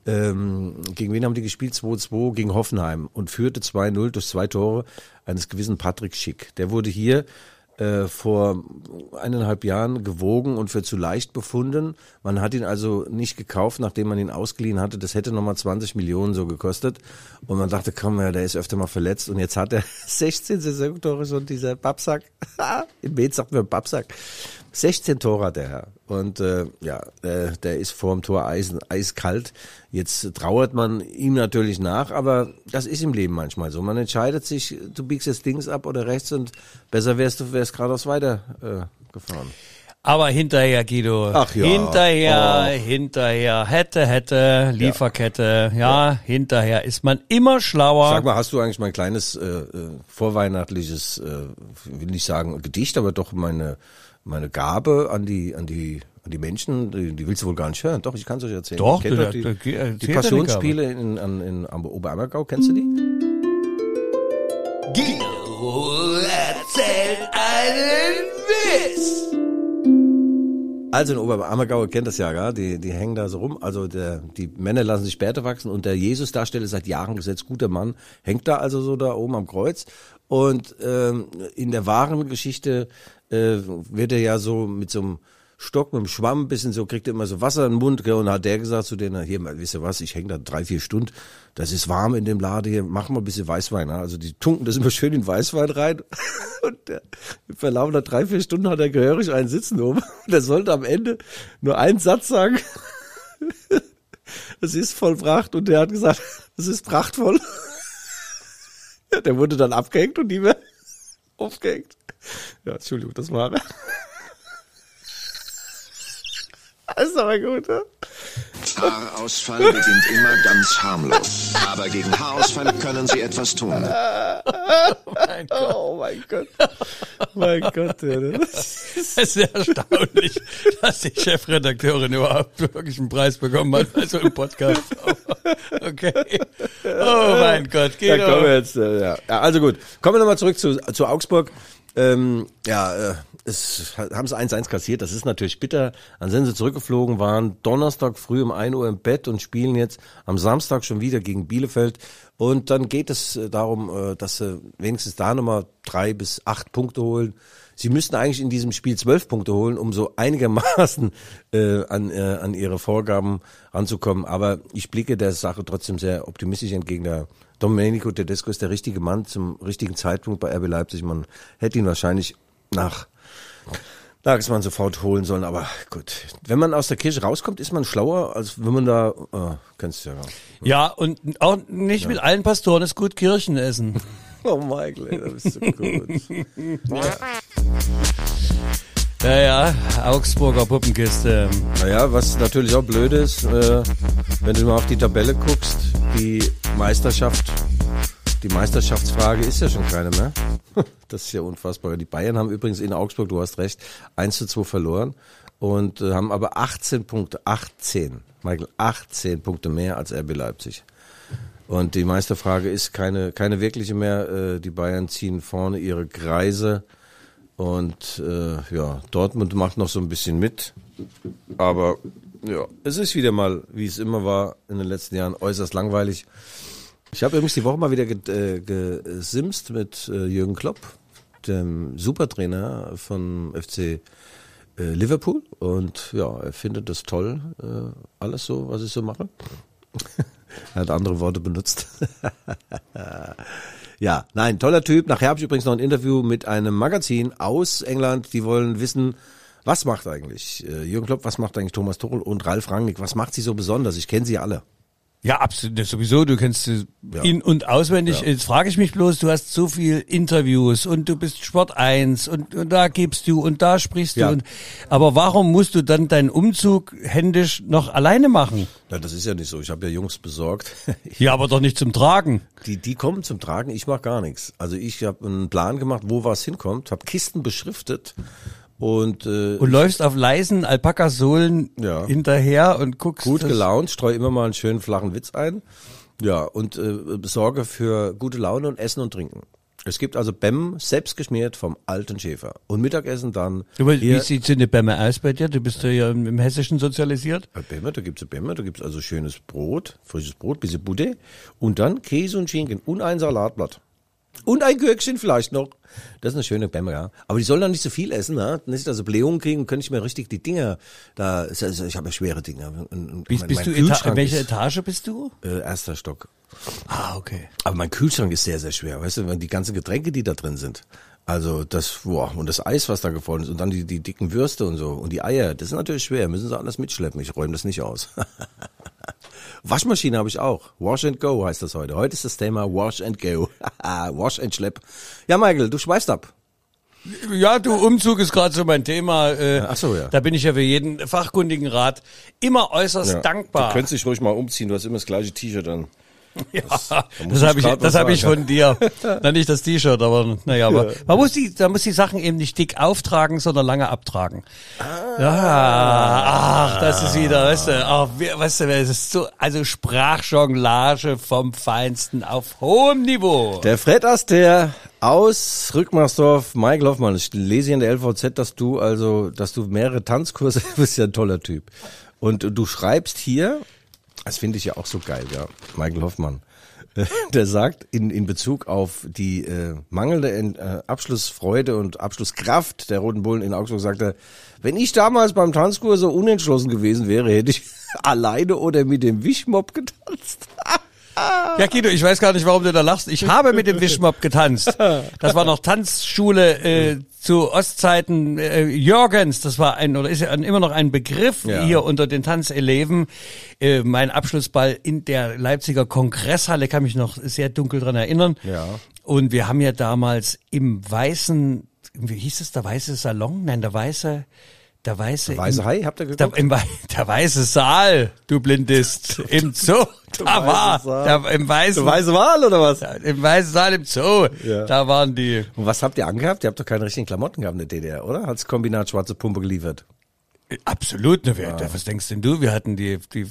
[SPEAKER 1] Ähm, gegen wen haben die gespielt? zwei zwei gegen Hoffenheim und führte zwei null durch zwei Tore eines gewissen Patrick Schick. Der wurde hier äh, vor eineinhalb Jahren gewogen und für zu leicht befunden. Man hat ihn also nicht gekauft, nachdem man ihn ausgeliehen hatte. Das hätte nochmal zwanzig Millionen so gekostet. Und man dachte, komm, ja, der ist öfter mal verletzt. Und jetzt hat er sechzehn Saisontore schon, dieser Babsack. In Mainz sagt man Babsack. sechzehn Tore hat der Herr. Und äh, ja, äh, der ist vorm Tor eisen, eiskalt. Jetzt trauert man ihm natürlich nach, aber das ist im Leben manchmal so. Man entscheidet sich, du biegst jetzt links ab oder rechts und besser wärst du wärst geradeaus weiter äh, gefahren.
[SPEAKER 2] Aber hinterher, Guido.
[SPEAKER 1] Ach ja.
[SPEAKER 2] Hinterher,
[SPEAKER 1] Oh.
[SPEAKER 2] hinterher, hätte, hätte, Lieferkette. Ja, ja, hinterher ist man immer schlauer.
[SPEAKER 1] Sag mal, hast du eigentlich mein kleines äh, äh, vorweihnachtliches, äh, will nicht sagen Gedicht, aber doch meine meine Gabe an die an die an die Menschen, die, die willst du wohl gar nicht hören. Doch, ich kann es euch erzählen.
[SPEAKER 2] Doch,
[SPEAKER 1] ich kenn
[SPEAKER 2] du,
[SPEAKER 1] doch die,
[SPEAKER 2] da- da-
[SPEAKER 1] die
[SPEAKER 2] erzähl
[SPEAKER 1] Passionsspiele in, in, in, in Oberammergau, kennst du die?
[SPEAKER 2] Guido erzählt einen Witz.
[SPEAKER 1] Also in Oberammergau, ihr kennt das ja, ja, die, die hängen da so rum, also der, die Männer lassen sich Bärte wachsen und der Jesus-Darsteller, seit Jahren gesetzt, guter Mann, hängt da also so da oben am Kreuz und ähm, in der wahren Geschichte äh, wird er ja so mit so einem Stock, mit dem Schwamm ein bisschen so, kriegt er immer so Wasser in den Mund, gell, und hat der gesagt zu denen, hier, wisst ihr was, ich hänge da drei, vier Stunden, das ist warm in dem Laden hier, mach mal ein bisschen Weißwein, ja? Also die tunken das immer schön in Weißwein rein und der, im Verlauf der drei, vier Stunden hat er gehörig einen sitzen oben, der sollte am Ende nur einen Satz sagen, es ist vollbracht, und der hat gesagt, es ist prachtvoll. Der wurde dann abgehängt und nie mehr aufgehängt. Ja, Entschuldigung, das war er. Das ist aber gut, ne?
[SPEAKER 5] Haarausfall beginnt immer ganz harmlos. Aber gegen Haarausfall können Sie etwas tun.
[SPEAKER 2] Mein Gott.
[SPEAKER 1] Oh mein Gott. Mein Gott, ja, ne?
[SPEAKER 2] Es ist sehr erstaunlich, dass die Chefredakteurin überhaupt wirklich einen Preis bekommen hat bei so einem Podcast. Okay. Oh mein Gott,
[SPEAKER 1] Da
[SPEAKER 2] Guido.
[SPEAKER 1] kommen wir jetzt, äh, ja. ja. Also gut, kommen wir nochmal zurück zu, zu Augsburg. Ähm, ja, äh, es haben sie eins eins kassiert, das ist natürlich bitter. Dann sind sie zurückgeflogen, waren Donnerstag früh um ein Uhr im Bett und spielen jetzt am Samstag schon wieder gegen Bielefeld. Und dann geht es äh, darum, äh, dass sie wenigstens da nochmal drei bis acht Punkte holen. Sie müssten eigentlich in diesem Spiel zwölf Punkte holen, um so einigermaßen äh, an, äh, an ihre Vorgaben ranzukommen. Aber ich blicke der Sache trotzdem sehr optimistisch entgegen. Der Domenico Tedesco ist der richtige Mann zum richtigen Zeitpunkt bei R B Leipzig. Man hätte ihn wahrscheinlich nach Nagelsmann sofort holen sollen. Aber gut, wenn man aus der Kirche rauskommt, ist man schlauer, als wenn man da, äh, kennst du ja.
[SPEAKER 2] Ja, und auch nicht mit allen Pastoren ist gut Kirchen essen.
[SPEAKER 1] Oh Michael, ey, das ist so gut.
[SPEAKER 2] Ja, ja, Augsburger Puppenkiste.
[SPEAKER 1] Naja, was natürlich auch blöd ist, äh, wenn du mal auf die Tabelle guckst, die Meisterschaft, die Meisterschaftsfrage ist ja schon keine mehr. Das ist ja unfassbar. Die Bayern haben übrigens in Augsburg, du hast recht, eins zu zwei verloren und äh, haben aber achtzehn Punkte, achtzehn, Michael, achtzehn Punkte mehr als R B Leipzig. Und die Meisterfrage ist keine, keine wirkliche mehr. Äh, die Bayern ziehen vorne ihre Kreise. Und äh, ja, Dortmund macht noch so ein bisschen mit. Aber ja, es ist wieder mal, wie es immer war in den letzten Jahren, äußerst langweilig. Ich habe übrigens die Woche mal wieder ge- äh, gesimst mit äh, Jürgen Klopp, dem Supertrainer von F C äh, Liverpool. Und ja, er findet das toll, äh, alles so, was ich so mache. Er hat andere Worte benutzt. Ja, nein, toller Typ. Nachher habe ich übrigens noch ein Interview mit einem Magazin aus England. Die wollen wissen, was macht eigentlich äh, Jürgen Klopp, was macht eigentlich Thomas Tuchel und Ralf Rangnick, was macht sie so besonders? Ich kenne sie alle.
[SPEAKER 2] Ja, absolut, das sowieso, du kennst sie in- und auswendig.
[SPEAKER 1] Ja.
[SPEAKER 2] Jetzt frage ich mich bloß, du hast so viel Interviews und du bist Sport eins und, und da gibst du und da sprichst
[SPEAKER 1] Ja.
[SPEAKER 2] du. Und, aber warum musst du dann deinen Umzug händisch noch alleine machen?
[SPEAKER 1] Ja, das ist ja nicht so. Ich habe ja Jungs besorgt.
[SPEAKER 2] Ja, aber doch nicht zum Tragen.
[SPEAKER 1] Die, die kommen zum Tragen, ich mache gar nichts. Also ich habe einen Plan gemacht, wo was hinkommt, habe Kisten beschriftet und, äh,
[SPEAKER 2] Und läufst auf leisen Alpaka-Sohlen
[SPEAKER 1] Ja.
[SPEAKER 2] hinterher und guckst.
[SPEAKER 1] gut
[SPEAKER 2] das-
[SPEAKER 1] gelaunt, streue immer mal einen schönen flachen Witz ein. Ja, und äh, sorge für gute Laune und Essen und Trinken. Es gibt also Bäm, selbst geschmiert vom alten Schäfer. Und Mittagessen dann
[SPEAKER 2] Aber wie
[SPEAKER 1] hier.
[SPEAKER 2] sieht's in der Bämme aus bei dir? Du bist ja hier im, im Hessischen sozialisiert.
[SPEAKER 1] Bei Bämme, da gibt's Bämme, da gibt's also schönes Brot, frisches Brot, bisschen Butter und dann Käse und Schinken und ein Salatblatt. Und ein Gürkchen vielleicht noch. Das ist eine schöne Bämme, ja. Aber die sollen dann nicht so viel essen, ne? Nicht also Blähungen kriegen, können nicht mehr richtig die Dinger da, also ich habe ja schwere Dinger. Und- und
[SPEAKER 2] Bist,
[SPEAKER 1] mein-
[SPEAKER 2] bist
[SPEAKER 1] mein
[SPEAKER 2] du, Eta in
[SPEAKER 1] Kühlschrank
[SPEAKER 2] welcher
[SPEAKER 1] ist,
[SPEAKER 2] Etage bist du?
[SPEAKER 1] äh, erster Stock.
[SPEAKER 2] Ah, okay.
[SPEAKER 1] Aber mein Kühlschrank ist sehr, sehr schwer, weißt du, wenn die ganzen Getränke, die da drin sind. Also das, boah, und das Eis, was da gefallen ist und dann die, die dicken Würste und so und die Eier, das ist natürlich schwer, müssen sie alles mitschleppen, ich räume das nicht aus. Waschmaschine habe ich auch. Wash and Go heißt das heute. Heute ist das Thema Wash and Go. Wash and Schlepp. Ja, Michael, du schweißt ab.
[SPEAKER 2] Ja, du, Umzug ist gerade so mein Thema. Äh,
[SPEAKER 1] Ach so, ja.
[SPEAKER 2] Da bin ich ja für jeden fachkundigen Rat immer äußerst dankbar.
[SPEAKER 1] Du könntest dich ruhig mal umziehen, du hast immer das gleiche T-Shirt an.
[SPEAKER 2] Ja,
[SPEAKER 1] muss
[SPEAKER 2] das
[SPEAKER 1] ich
[SPEAKER 2] habe ich,
[SPEAKER 1] grad
[SPEAKER 2] das
[SPEAKER 1] was
[SPEAKER 2] hab ich
[SPEAKER 1] sagen,
[SPEAKER 2] von dir. Na, nicht das T-Shirt, aber naja, aber man muss die, da muss die Sachen eben nicht dick auftragen, sondern lange abtragen. Ah. Ja, ach, das ist wieder, weißt du, ach, wir- weißt du, das ist so, also Sprachjonglage vom Feinsten auf hohem Niveau.
[SPEAKER 1] Der Fred Aster aus Rückmarsdorf, Michael Hoffmann. Ich lese hier in der L V Z, dass du also, dass du mehrere Tanzkurse, du bist ja ein toller Typ. Und du schreibst hier, das finde ich ja auch so geil, ja, Michael Hoffmann. Der sagt in, in Bezug auf die äh, mangelnde äh, Abschlussfreude und Abschlusskraft der Roten Bullen in Augsburg, sagt er, wenn ich damals beim Tanzkurs so unentschlossen gewesen wäre, hätte ich alleine oder mit dem Wischmob getanzt.
[SPEAKER 2] Ja, Guido, ich weiß gar nicht, warum du da lachst. Ich habe mit dem Wischmob getanzt. Das war noch Tanzschule äh, zu Ostzeiten äh, Jürgens. Das war ein oder ist ja ein, immer noch ein Begriff
[SPEAKER 1] Ja.
[SPEAKER 2] hier unter den Tanzeleven. Äh, mein Abschlussball in der Leipziger Kongresshalle, kann mich noch sehr dunkel dran erinnern.
[SPEAKER 1] Ja.
[SPEAKER 2] Und wir haben ja damals im weißen, wie hieß es, der weiße Salon? Nein, der weiße, Der weiße,
[SPEAKER 1] Der weiße
[SPEAKER 2] im,
[SPEAKER 1] Hai, habt ihr
[SPEAKER 2] der,
[SPEAKER 1] geguckt?
[SPEAKER 2] im, der weiße Saal, du Blindist, im Zoo, da war, der, im weißen,
[SPEAKER 1] Der weiße Wal oder was?
[SPEAKER 2] im weißen Saal im Zoo,
[SPEAKER 1] Ja.
[SPEAKER 2] da waren die.
[SPEAKER 1] Und was habt ihr angehabt? Ihr habt doch keine richtigen Klamotten gehabt in der D D R, oder? Hat's Kombinat schwarze Pumpe geliefert?
[SPEAKER 2] Absolut, ne, wer, was denkst denn du? Wir hatten die, die,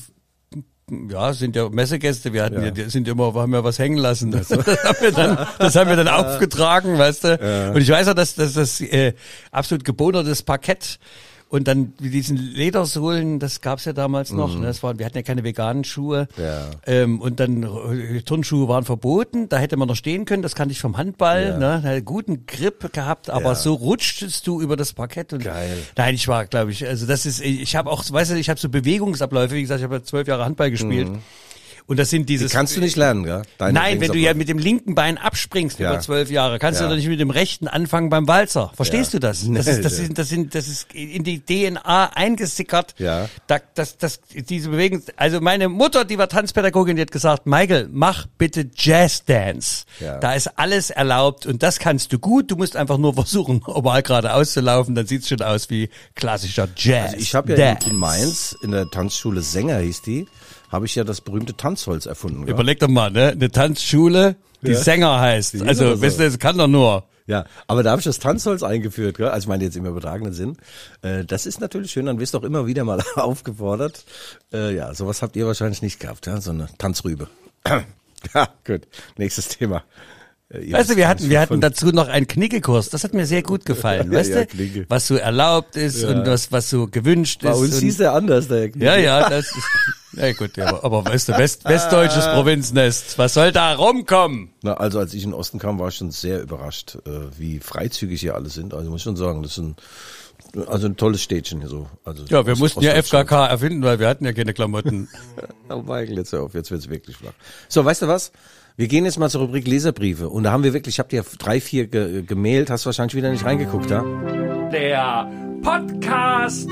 [SPEAKER 2] ja, sind ja Messegäste, wir hatten ja,
[SPEAKER 1] Ja.
[SPEAKER 2] die sind immer, wir haben ja was hängen lassen. Das, das haben wir dann, das haben wir dann aufgetragen, weißt du?
[SPEAKER 1] Ja.
[SPEAKER 2] Und ich weiß auch, dass, dass das äh, absolut gebohnertes Parkett und dann mit diesen Ledersohlen, das gab's ja damals noch. Ne? Das waren, wir hatten ja keine veganen Schuhe.
[SPEAKER 1] Ja.
[SPEAKER 2] Ähm, und dann äh, Turnschuhe waren verboten. Da hätte man noch stehen können. Das kannte ich vom Handball.
[SPEAKER 1] Ja.
[SPEAKER 2] Ne? Hat guten Grip gehabt, aber
[SPEAKER 1] Ja.
[SPEAKER 2] so rutschtest du über das Parkett. Und
[SPEAKER 1] Geil.
[SPEAKER 2] Nein, ich war, glaube ich, also das ist, ich habe auch, weißt du, ich habe so Bewegungsabläufe. Wie gesagt, ich habe ja zwölf Jahre Handball gespielt. Und das sind
[SPEAKER 1] Die
[SPEAKER 2] dieses.
[SPEAKER 1] kannst du nicht lernen, gell? Deine
[SPEAKER 2] Nein, wenn du ja
[SPEAKER 1] Bewegungsabläufe.
[SPEAKER 2] mit dem linken Bein abspringst
[SPEAKER 1] Ja.
[SPEAKER 2] über zwölf Jahre, kannst
[SPEAKER 1] Ja.
[SPEAKER 2] du doch nicht mit dem rechten anfangen beim Walzer. Verstehst
[SPEAKER 1] Ja.
[SPEAKER 2] du das? Das
[SPEAKER 1] Nee,
[SPEAKER 2] ist, das
[SPEAKER 1] ja.
[SPEAKER 2] ist, das sind, das ist in die D N A eingesickert.
[SPEAKER 1] Ja.
[SPEAKER 2] Da, das, das, diese Bewegung. Also meine Mutter, die war Tanzpädagogin, die hat gesagt, Michael, mach bitte Jazzdance.
[SPEAKER 1] Ja.
[SPEAKER 2] Da ist alles erlaubt und das kannst du gut. Du musst einfach nur versuchen, oval geradeaus zu laufen, dann sieht's schon aus wie klassischer Jazz.
[SPEAKER 1] Also ich habe ja in, in Mainz, in der Tanzschule Sänger hieß die, habe ich ja das berühmte Tanzholz erfunden. Gell?
[SPEAKER 2] Überleg doch mal, ne? Eine Tanzschule, die
[SPEAKER 1] Ja.
[SPEAKER 2] Sänger heißt.
[SPEAKER 1] Die
[SPEAKER 2] Also,
[SPEAKER 1] hieß aber so.
[SPEAKER 2] weißt du, das kann doch nur.
[SPEAKER 1] Ja, aber da habe ich das Tanzholz eingeführt, gell? Also ich meine jetzt im übertragenen Sinn. Äh, das ist natürlich schön, dann wirst du auch immer wieder mal aufgefordert. Äh, ja, sowas habt ihr wahrscheinlich nicht gehabt, ja? So eine Tanzrübe. Ja, gut. Nächstes Thema. Äh, ihr
[SPEAKER 2] Weißt du,
[SPEAKER 1] wisst
[SPEAKER 2] wir
[SPEAKER 1] gar
[SPEAKER 2] hatten,
[SPEAKER 1] nicht,
[SPEAKER 2] wir
[SPEAKER 1] wovon-
[SPEAKER 2] hatten dazu noch einen Knickekurs. Das hat mir sehr gut gefallen.
[SPEAKER 1] Ja,
[SPEAKER 2] Weißt
[SPEAKER 1] ja,
[SPEAKER 2] du,
[SPEAKER 1] Knicke.
[SPEAKER 2] was so erlaubt ist
[SPEAKER 1] Ja.
[SPEAKER 2] und was, was so gewünscht
[SPEAKER 1] Bei
[SPEAKER 2] ist.
[SPEAKER 1] uns
[SPEAKER 2] und,
[SPEAKER 1] hieß er anders, der Knicke.
[SPEAKER 2] ja, ja, das ist, ja gut, ja, aber, aber weißt du, West, westdeutsches Provinznest. Was soll da rumkommen?
[SPEAKER 1] Na, also als ich in den Osten kam, war ich schon sehr überrascht, äh, wie freizügig hier alle sind. Also muss ich schon sagen, das ist ein, also ein tolles Städtchen hier so. Also
[SPEAKER 2] Ja, wir
[SPEAKER 1] Ost-
[SPEAKER 2] mussten ja F K
[SPEAKER 1] Ostdeutschland.
[SPEAKER 2] K erfinden, weil wir hatten ja keine Klamotten.
[SPEAKER 1] Oh Michael, jetzt hör auf, jetzt wird's wirklich flach. So, weißt du was? Wir gehen jetzt mal zur Rubrik Leserbriefe. Und da haben wir wirklich, ich habe dir drei, vier ge gemailt, hast wahrscheinlich wieder nicht reingeguckt, ja?
[SPEAKER 2] Der Podcast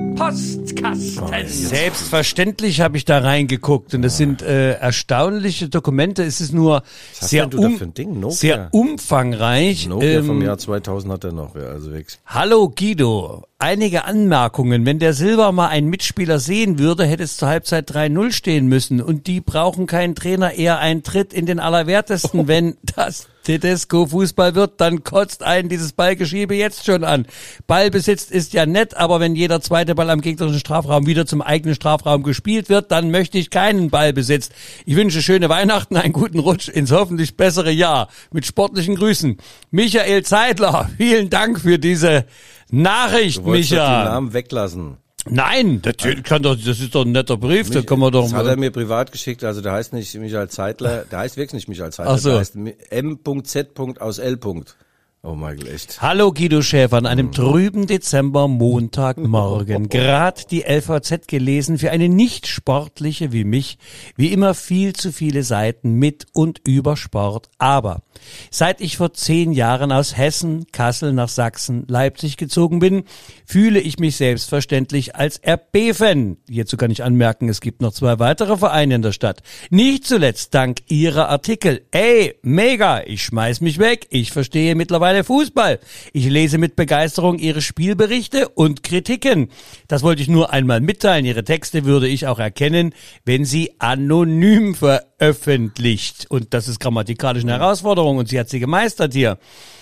[SPEAKER 2] Postkasten. Selbstverständlich habe ich da reingeguckt und das sind äh, erstaunliche Dokumente. Es ist nur
[SPEAKER 1] hast
[SPEAKER 2] sehr,
[SPEAKER 1] denn du da
[SPEAKER 2] um,
[SPEAKER 1] für ein Ding? Nokia?
[SPEAKER 2] sehr umfangreich.
[SPEAKER 1] Nokia
[SPEAKER 2] Ähm,
[SPEAKER 1] vom Jahr zweitausend hat er noch, ja, also wirklich.
[SPEAKER 2] Hallo Guido, einige Anmerkungen. Wenn der Silber mal einen Mitspieler sehen würde, hätte es zur Halbzeit drei null stehen müssen. Und die brauchen keinen Trainer, eher einen Tritt in den Allerwertesten. Wenn das Tedesco Fußball wird, dann kotzt einen dieses Ballgeschiebe jetzt schon an. Ballbesitz ist ja nett, aber wenn jeder zweite Ball am gegnerischen Strafraum wieder zum eigenen Strafraum gespielt wird, dann möchte ich keinen Ballbesitz. Ich wünsche schöne Weihnachten, einen guten Rutsch ins hoffentlich bessere Jahr. Mit sportlichen Grüßen. Michael Zeidler, vielen Dank für diese Nachricht,
[SPEAKER 1] Du wolltest doch
[SPEAKER 2] Micha.
[SPEAKER 1] den Namen weglassen.
[SPEAKER 2] Nein, natürlich kann doch, das ist doch ein netter Brief, da kann man doch
[SPEAKER 1] Das hat er
[SPEAKER 2] mal.
[SPEAKER 1] mir privat geschickt, also der heißt nicht Michael Zeitler, der heißt wirklich nicht Michael Zeitler,
[SPEAKER 2] Ach so.
[SPEAKER 1] der heißt M Z aus L. Oh Michael, echt.
[SPEAKER 2] Hallo Guido Schäfer, an einem trüben Dezember Montagmorgen. Grad die L V Z gelesen, für eine nicht-sportliche wie mich, wie immer viel zu viele Seiten mit und über Sport. Aber seit ich vor zehn Jahren aus Hessen, Kassel nach Sachsen, Leipzig gezogen bin, fühle ich mich selbstverständlich als R B-Fan. Hierzu kann ich anmerken, es gibt noch zwei weitere Vereine in der Stadt. Nicht zuletzt dank ihrer Artikel. Ey, mega, ich schmeiß mich weg, ich verstehe mittlerweile Fußball. Ich lese mit Begeisterung ihre Spielberichte und Kritiken. Das wollte ich nur einmal mitteilen. Ihre Texte würde ich auch erkennen, wenn sie anonym veröffentlicht. Und das ist grammatikalisch eine Herausforderung und sie hat sie gemeistert hier.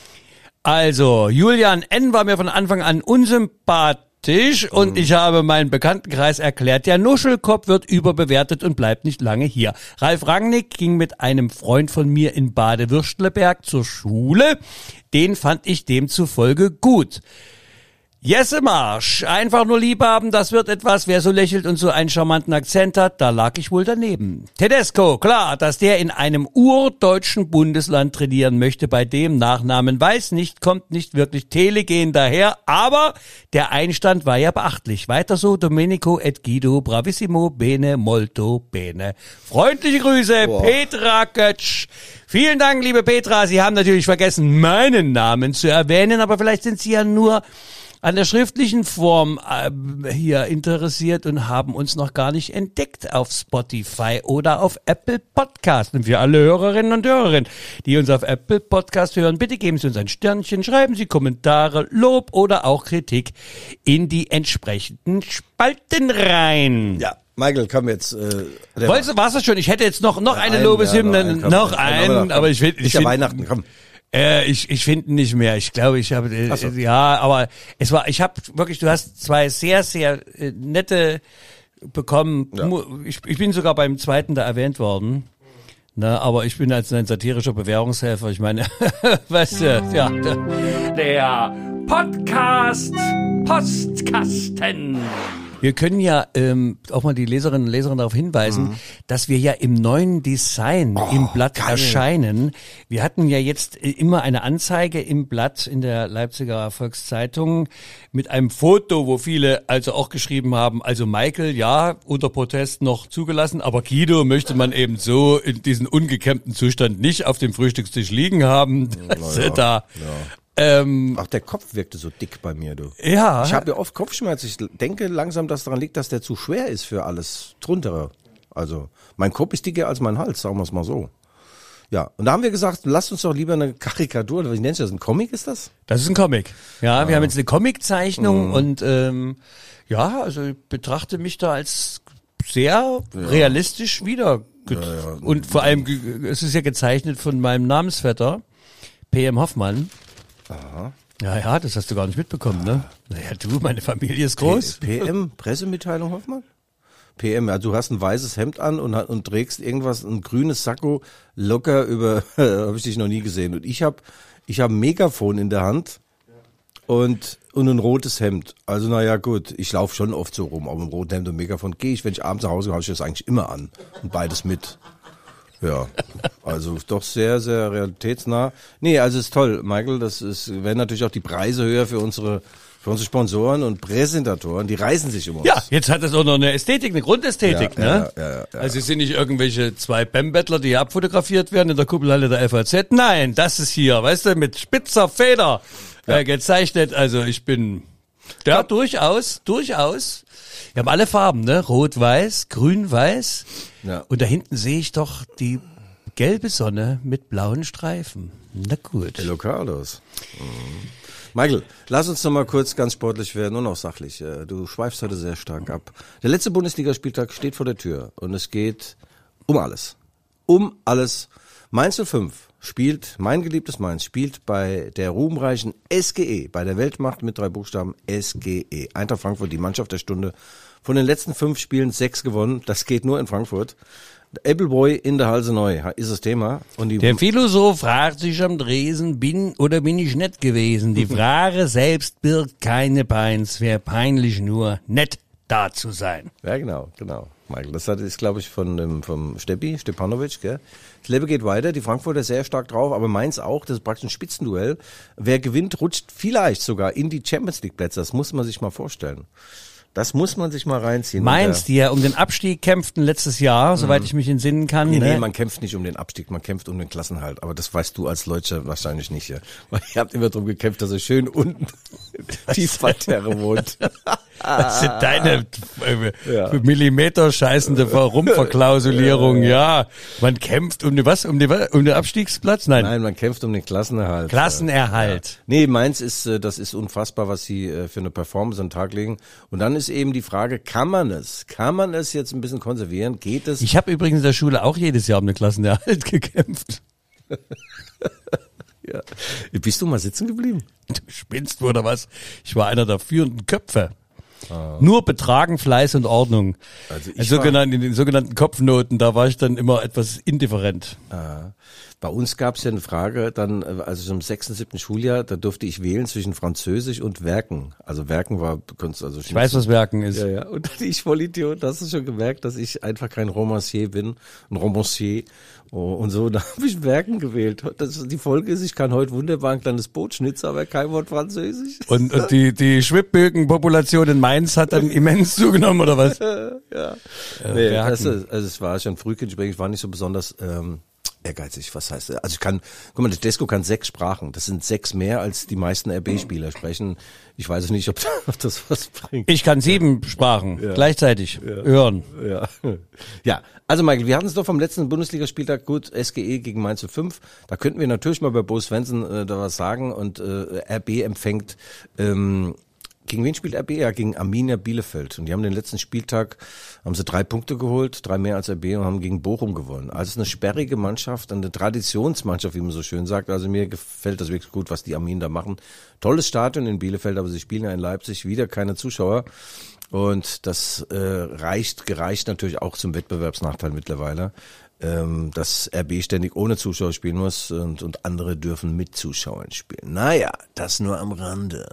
[SPEAKER 2] Also, Julian N. war mir von Anfang an unsympathisch und ich habe meinen Bekanntenkreis erklärt, der Nuschelkopf wird überbewertet und bleibt nicht lange hier. Ralf Rangnick ging mit einem Freund von mir in Bade-Würstelberg zur Schule. Den fand ich demzufolge gut. Jesse Marsch, einfach nur lieb haben, das wird etwas, wer so lächelt und so einen charmanten Akzent hat, da lag ich wohl daneben. Tedesco, klar, dass der in einem urdeutschen Bundesland trainieren möchte, bei dem Nachnamen weiß nicht, kommt nicht wirklich telegen daher, aber der Einstand war ja beachtlich. Weiter so, Domenico et Guido, bravissimo, bene, molto, bene. Freundliche Grüße,
[SPEAKER 1] Boah.
[SPEAKER 2] Petra Götsch. Vielen Dank, liebe Petra, Sie haben natürlich vergessen, meinen Namen zu erwähnen, aber vielleicht sind Sie ja nur an der schriftlichen Form äh, hier interessiert und haben uns noch gar nicht entdeckt auf Spotify oder auf Apple Podcast. Und für alle Hörerinnen und Hörer, die uns auf Apple Podcast hören, bitte geben Sie uns ein Sternchen, schreiben Sie Kommentare, Lob oder auch Kritik in die entsprechenden Spalten rein.
[SPEAKER 1] Ja, Michael, komm jetzt. Äh,
[SPEAKER 2] Wolltest du, war's das schon? Ich hätte jetzt noch noch
[SPEAKER 1] Ja,
[SPEAKER 2] eine
[SPEAKER 1] einen,
[SPEAKER 2] Lobeshymne,
[SPEAKER 1] ja, noch einen, komm,
[SPEAKER 2] noch
[SPEAKER 1] komm,
[SPEAKER 2] einen,
[SPEAKER 1] komm,
[SPEAKER 2] aber ich finde, ich
[SPEAKER 1] ist ja
[SPEAKER 2] find,
[SPEAKER 1] Weihnachten, komm.
[SPEAKER 2] Äh, ich ich finde nicht mehr. Ich glaube, ich habe äh,
[SPEAKER 1] so.
[SPEAKER 2] ja, aber es war, ich habe wirklich, du hast zwei sehr sehr äh, nette bekommen.
[SPEAKER 1] Ja.
[SPEAKER 2] Ich, ich bin sogar beim zweiten da erwähnt worden. Na, aber ich bin als ein satirischer Bewährungshelfer. Ich meine, weißt du, ja, der, der Podcast Postkasten. Wir können ja ähm, auch mal die Leserinnen und Leser darauf hinweisen, mhm. dass wir ja im neuen Design oh, im Blatt geil. erscheinen. Wir hatten ja jetzt immer eine Anzeige im Blatt in der Leipziger Volkszeitung mit einem Foto, wo viele also auch geschrieben haben, also Michael, ja, unter Protest noch zugelassen, aber Guido möchte man eben so in diesem ungekämmten Zustand nicht auf dem Frühstückstisch liegen haben. Dass
[SPEAKER 1] ja,
[SPEAKER 2] da
[SPEAKER 1] ja.
[SPEAKER 2] Ähm,
[SPEAKER 1] Auch der Kopf wirkte so dick bei mir, du.
[SPEAKER 2] Ja.
[SPEAKER 1] Ich habe ja oft Kopfschmerzen. Ich denke langsam, dass daran liegt, dass der zu schwer ist für alles drunter. Also, mein Kopf ist dicker als mein Hals, sagen wir es mal so. Ja, und da haben wir gesagt, lasst uns doch lieber eine Karikatur, wie nennst du das, ein Comic ist das?
[SPEAKER 2] Das ist ein Comic. Ja,
[SPEAKER 1] ah.
[SPEAKER 2] wir haben jetzt eine Comiczeichnung
[SPEAKER 1] mhm.
[SPEAKER 2] und ähm, ja, also ich betrachte mich da als sehr ja. realistisch wieder. Ja, ja. Und vor allem, es ist ja gezeichnet von meinem Namensvetter, P M Hoffmann.
[SPEAKER 1] Aha.
[SPEAKER 2] Ja, ja, das hast du gar nicht mitbekommen, ne? Naja, du, meine Familie ist groß.
[SPEAKER 1] P M, Pressemitteilung Hoffmann? P M, ja, du hast ein weißes Hemd an und, und trägst irgendwas, ein grünes Sakko locker über, habe ich dich noch nie gesehen. Und ich habe ich hab ein Megafon in der Hand und und ein rotes Hemd. Also naja, gut, ich laufe schon oft so rum, aber mit einem roten Hemd und Megafon gehe ich, wenn ich abends nach Hause gehe, habe ich das eigentlich immer an und beides mit. Ja, also doch sehr, sehr realitätsnah. Nee, also ist toll, Michael, das ist, werden natürlich auch die Preise höher für unsere, für unsere Sponsoren und Präsentatoren, die reißen sich um uns.
[SPEAKER 2] Ja, jetzt hat das auch noch eine Ästhetik, eine Grundästhetik,
[SPEAKER 1] ja,
[SPEAKER 2] ne?
[SPEAKER 1] Ja, ja, ja, ja.
[SPEAKER 2] Also es sind nicht irgendwelche zwei Bam-Bettler, die hier abfotografiert werden in der Kuppelhalle der F A Z. Nein, das ist hier, weißt du, mit spitzer Feder ja. äh, gezeichnet. Also ich bin, ja, ja, durchaus, durchaus. Wir haben alle Farben, ne? Rot, Weiß, Grün, Weiß. Ja. Und da hinten sehe ich doch die gelbe Sonne mit blauen Streifen. Na gut.
[SPEAKER 1] Hello Carlos. Mhm. Michael, lass uns noch mal kurz ganz sportlich werden und auch sachlich. Du schweifst heute sehr stark ab. Der letzte Bundesligaspieltag steht vor der Tür und es geht um alles. Um alles. Mainz null fünf spielt, mein geliebtes Mainz, spielt bei der ruhmreichen S G E, bei der Weltmacht mit drei Buchstaben S G E. Eintracht Frankfurt, die Mannschaft der Stunde. Von den letzten fünf Spielen sechs gewonnen. Das geht nur in Frankfurt. Appleboy in der Halse neu ist das Thema. Und die
[SPEAKER 2] der Philosoph fragt sich am Dresen, bin oder bin ich nett gewesen? Die Frage selbst birgt keine Peins. Wäre peinlich nur, nett da zu sein.
[SPEAKER 1] Ja, genau, genau. Michael, das ist, glaube ich, von dem, vom Steppi, Stepanovic, gell? Das Leben geht weiter, die Frankfurter sehr stark drauf, aber Mainz auch, das ist praktisch ein Spitzenduell. Wer gewinnt, rutscht vielleicht sogar in die Champions League Plätze, das muss man sich mal vorstellen. Das muss man sich mal reinziehen.
[SPEAKER 2] Mainz, die ja um den Abstieg kämpften letztes Jahr, soweit ich mich entsinnen kann.
[SPEAKER 1] Nee,
[SPEAKER 2] ne?
[SPEAKER 1] nee, man kämpft nicht um den Abstieg, man kämpft um den Klassenhalt. Aber das weißt du als Deutscher wahrscheinlich nicht. Ja. Weil ihr habt immer drum gekämpft, dass er schön unten Tiefparterre wohnt.
[SPEAKER 2] Das sind deine äh, ja. Millimeter scheißende Rumverklausulierung. Ja, man kämpft um den was? Um den, um den Abstiegsplatz? Nein.
[SPEAKER 1] Nein, man kämpft um den Klassenerhalt.
[SPEAKER 2] Klassenerhalt.
[SPEAKER 1] Ja. Nee, Mainz ist, das ist unfassbar, was sie für eine Performance an den Tag legen. Und dann ist eben die Frage, kann man es? Kann man es jetzt ein bisschen konservieren? Geht es?
[SPEAKER 2] Ich habe übrigens in der Schule auch jedes Jahr um den Klassenerhalt gekämpft.
[SPEAKER 1] Ja. Bist du mal sitzen geblieben?
[SPEAKER 2] Du spinnst wohl oder was? Ich war einer der führenden Köpfe. Ah. Nur Betragen, Fleiß und Ordnung. Also ich sogenannten, in den sogenannten Kopfnoten, da war ich dann immer etwas indifferent.
[SPEAKER 1] Ah. Bei uns gab es ja eine Frage, dann, also im sechsten, siebten Schuljahr, da durfte ich wählen zwischen Französisch und Werken. Also Werken war, du konntest also
[SPEAKER 2] ich weiß, was Werken ist.
[SPEAKER 1] Ja, ja. Und ich Vollidiot, hast du schon gemerkt, dass ich einfach kein Romancier bin, ein Romancier. Oh, und so, da habe ich Werken gewählt. Das, die Folge ist, ich kann heute wunderbar ein kleines Boot schnitzen, aber kein Wort Französisch.
[SPEAKER 2] Und, und die, die Schwibbögenpopulation in Mainz hat dann immens zugenommen, oder was?
[SPEAKER 1] Ja. Äh, nee, das ist, also es war schon Frühkind, ich war nicht so besonders, ähm, Ehrgeizig, was heißt das? Also ich kann, guck mal, der Tedesco kann sechs Sprachen. Das sind sechs mehr, als die meisten R B-Spieler sprechen. Ich weiß nicht, ob, ob das was bringt.
[SPEAKER 2] Ich kann sieben Sprachen
[SPEAKER 1] Ja.
[SPEAKER 2] gleichzeitig
[SPEAKER 1] Ja.
[SPEAKER 2] hören.
[SPEAKER 1] Ja. Ja, also Michael, wir hatten es doch vom letzten Bundesligaspieltag, gut, S G E gegen Mainz null fünf. Da könnten wir natürlich mal bei Bo Svensson äh, da was sagen. Und äh, R B empfängt, ähm, gegen wen spielt R B? Ja, gegen Arminia Bielefeld. Und die haben den letzten Spieltag, haben sie drei Punkte geholt, drei mehr als R B und haben gegen Bochum gewonnen. Also es ist eine sperrige Mannschaft, eine Traditionsmannschaft, wie man so schön sagt. Also mir gefällt das wirklich gut, was die Armin da machen. Tolles Stadion in Bielefeld, aber sie spielen ja in Leipzig, wieder keine Zuschauer. Und das äh, reicht, gereicht natürlich auch zum Wettbewerbsnachteil mittlerweile, ähm, dass R B ständig ohne Zuschauer spielen muss und, und andere dürfen mit Zuschauern spielen. Naja, das nur am Rande.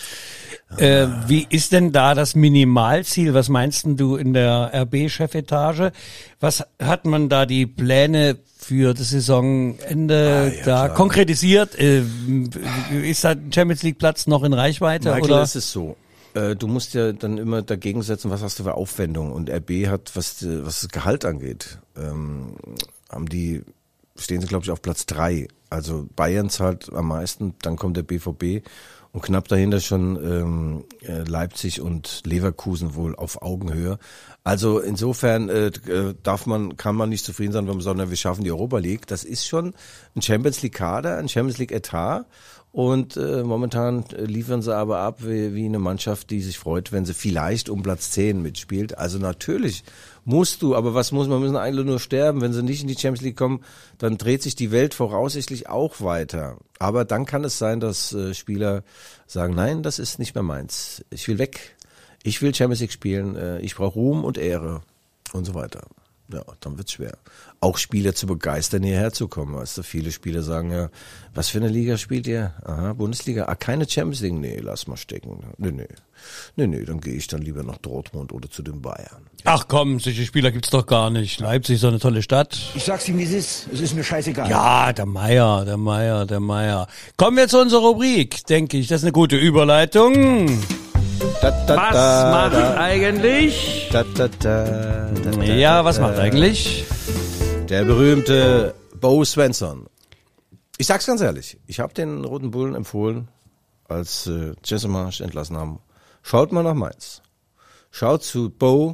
[SPEAKER 2] Äh, wie ist denn da das Minimalziel? Was meinst denn du in der R B-Chefetage? Was hat man da die Pläne für das Saisonende
[SPEAKER 1] Ah, ja,
[SPEAKER 2] da
[SPEAKER 1] klar.
[SPEAKER 2] konkretisiert? Äh, ist da ein Champions League Platz noch in Reichweite?
[SPEAKER 1] Michael,
[SPEAKER 2] oder?
[SPEAKER 1] es ist so. Äh, du musst ja dann immer dagegen setzen, was hast du für Aufwendung. Und R B hat, was, äh, was das Gehalt angeht, ähm, haben die, stehen sie glaube ich auf Platz drei. Also Bayern zahlt am meisten, dann kommt der B V B. Und knapp dahinter schon ähm, äh, Leipzig und Leverkusen wohl auf Augenhöhe. Also insofern äh, darf man, kann man nicht zufrieden sein, wenn man sagt, na, wir schaffen die Europa League. Das ist schon ein Champions League Kader, ein Champions League Etat. Und äh, momentan liefern sie aber ab wie, wie eine Mannschaft, die sich freut, wenn sie vielleicht um Platz zehn mitspielt. Also natürlich musst du, aber was muss man, müssen eigentlich nur sterben. Wenn sie nicht in die Champions League kommen, dann dreht sich die Welt voraussichtlich auch weiter. Aber dann kann es sein, dass äh, Spieler sagen, nein, das ist nicht mehr meins. Ich will weg. Ich will Champions League spielen. Äh, ich brauche Ruhm und Ehre und so weiter. Ja, dann wird's schwer. Auch Spieler zu begeistern, hierher zu kommen. Weißt du, viele Spieler sagen ja, was für eine Liga spielt ihr? Aha, Bundesliga. Ah, keine Champions League? Nee, lass mal stecken. Nee, nee. Nee, nee, dann gehe ich dann lieber nach Dortmund oder zu den Bayern.
[SPEAKER 2] Ach komm, solche Spieler gibt's doch gar nicht. Leipzig ist so eine tolle Stadt.
[SPEAKER 6] Ich sag's ihm, wie es ist. Es ist mir scheißegal.
[SPEAKER 2] Ja, der Meier, der Meier, der Meier. Kommen wir zu unserer Rubrik, denke ich. Das ist eine gute Überleitung.
[SPEAKER 1] Da, da,
[SPEAKER 2] Was
[SPEAKER 1] da,
[SPEAKER 2] macht
[SPEAKER 1] da,
[SPEAKER 2] eigentlich?
[SPEAKER 1] da, da, da, da, da,
[SPEAKER 2] Ja, was
[SPEAKER 1] da.
[SPEAKER 2] macht eigentlich?
[SPEAKER 1] Der berühmte Bo Svensson. Ich sag's ganz ehrlich, ich habe den Roten Bullen empfohlen, als äh, Jesse Marsch entlassen haben. Schaut mal nach Mainz. Schaut zu Bo.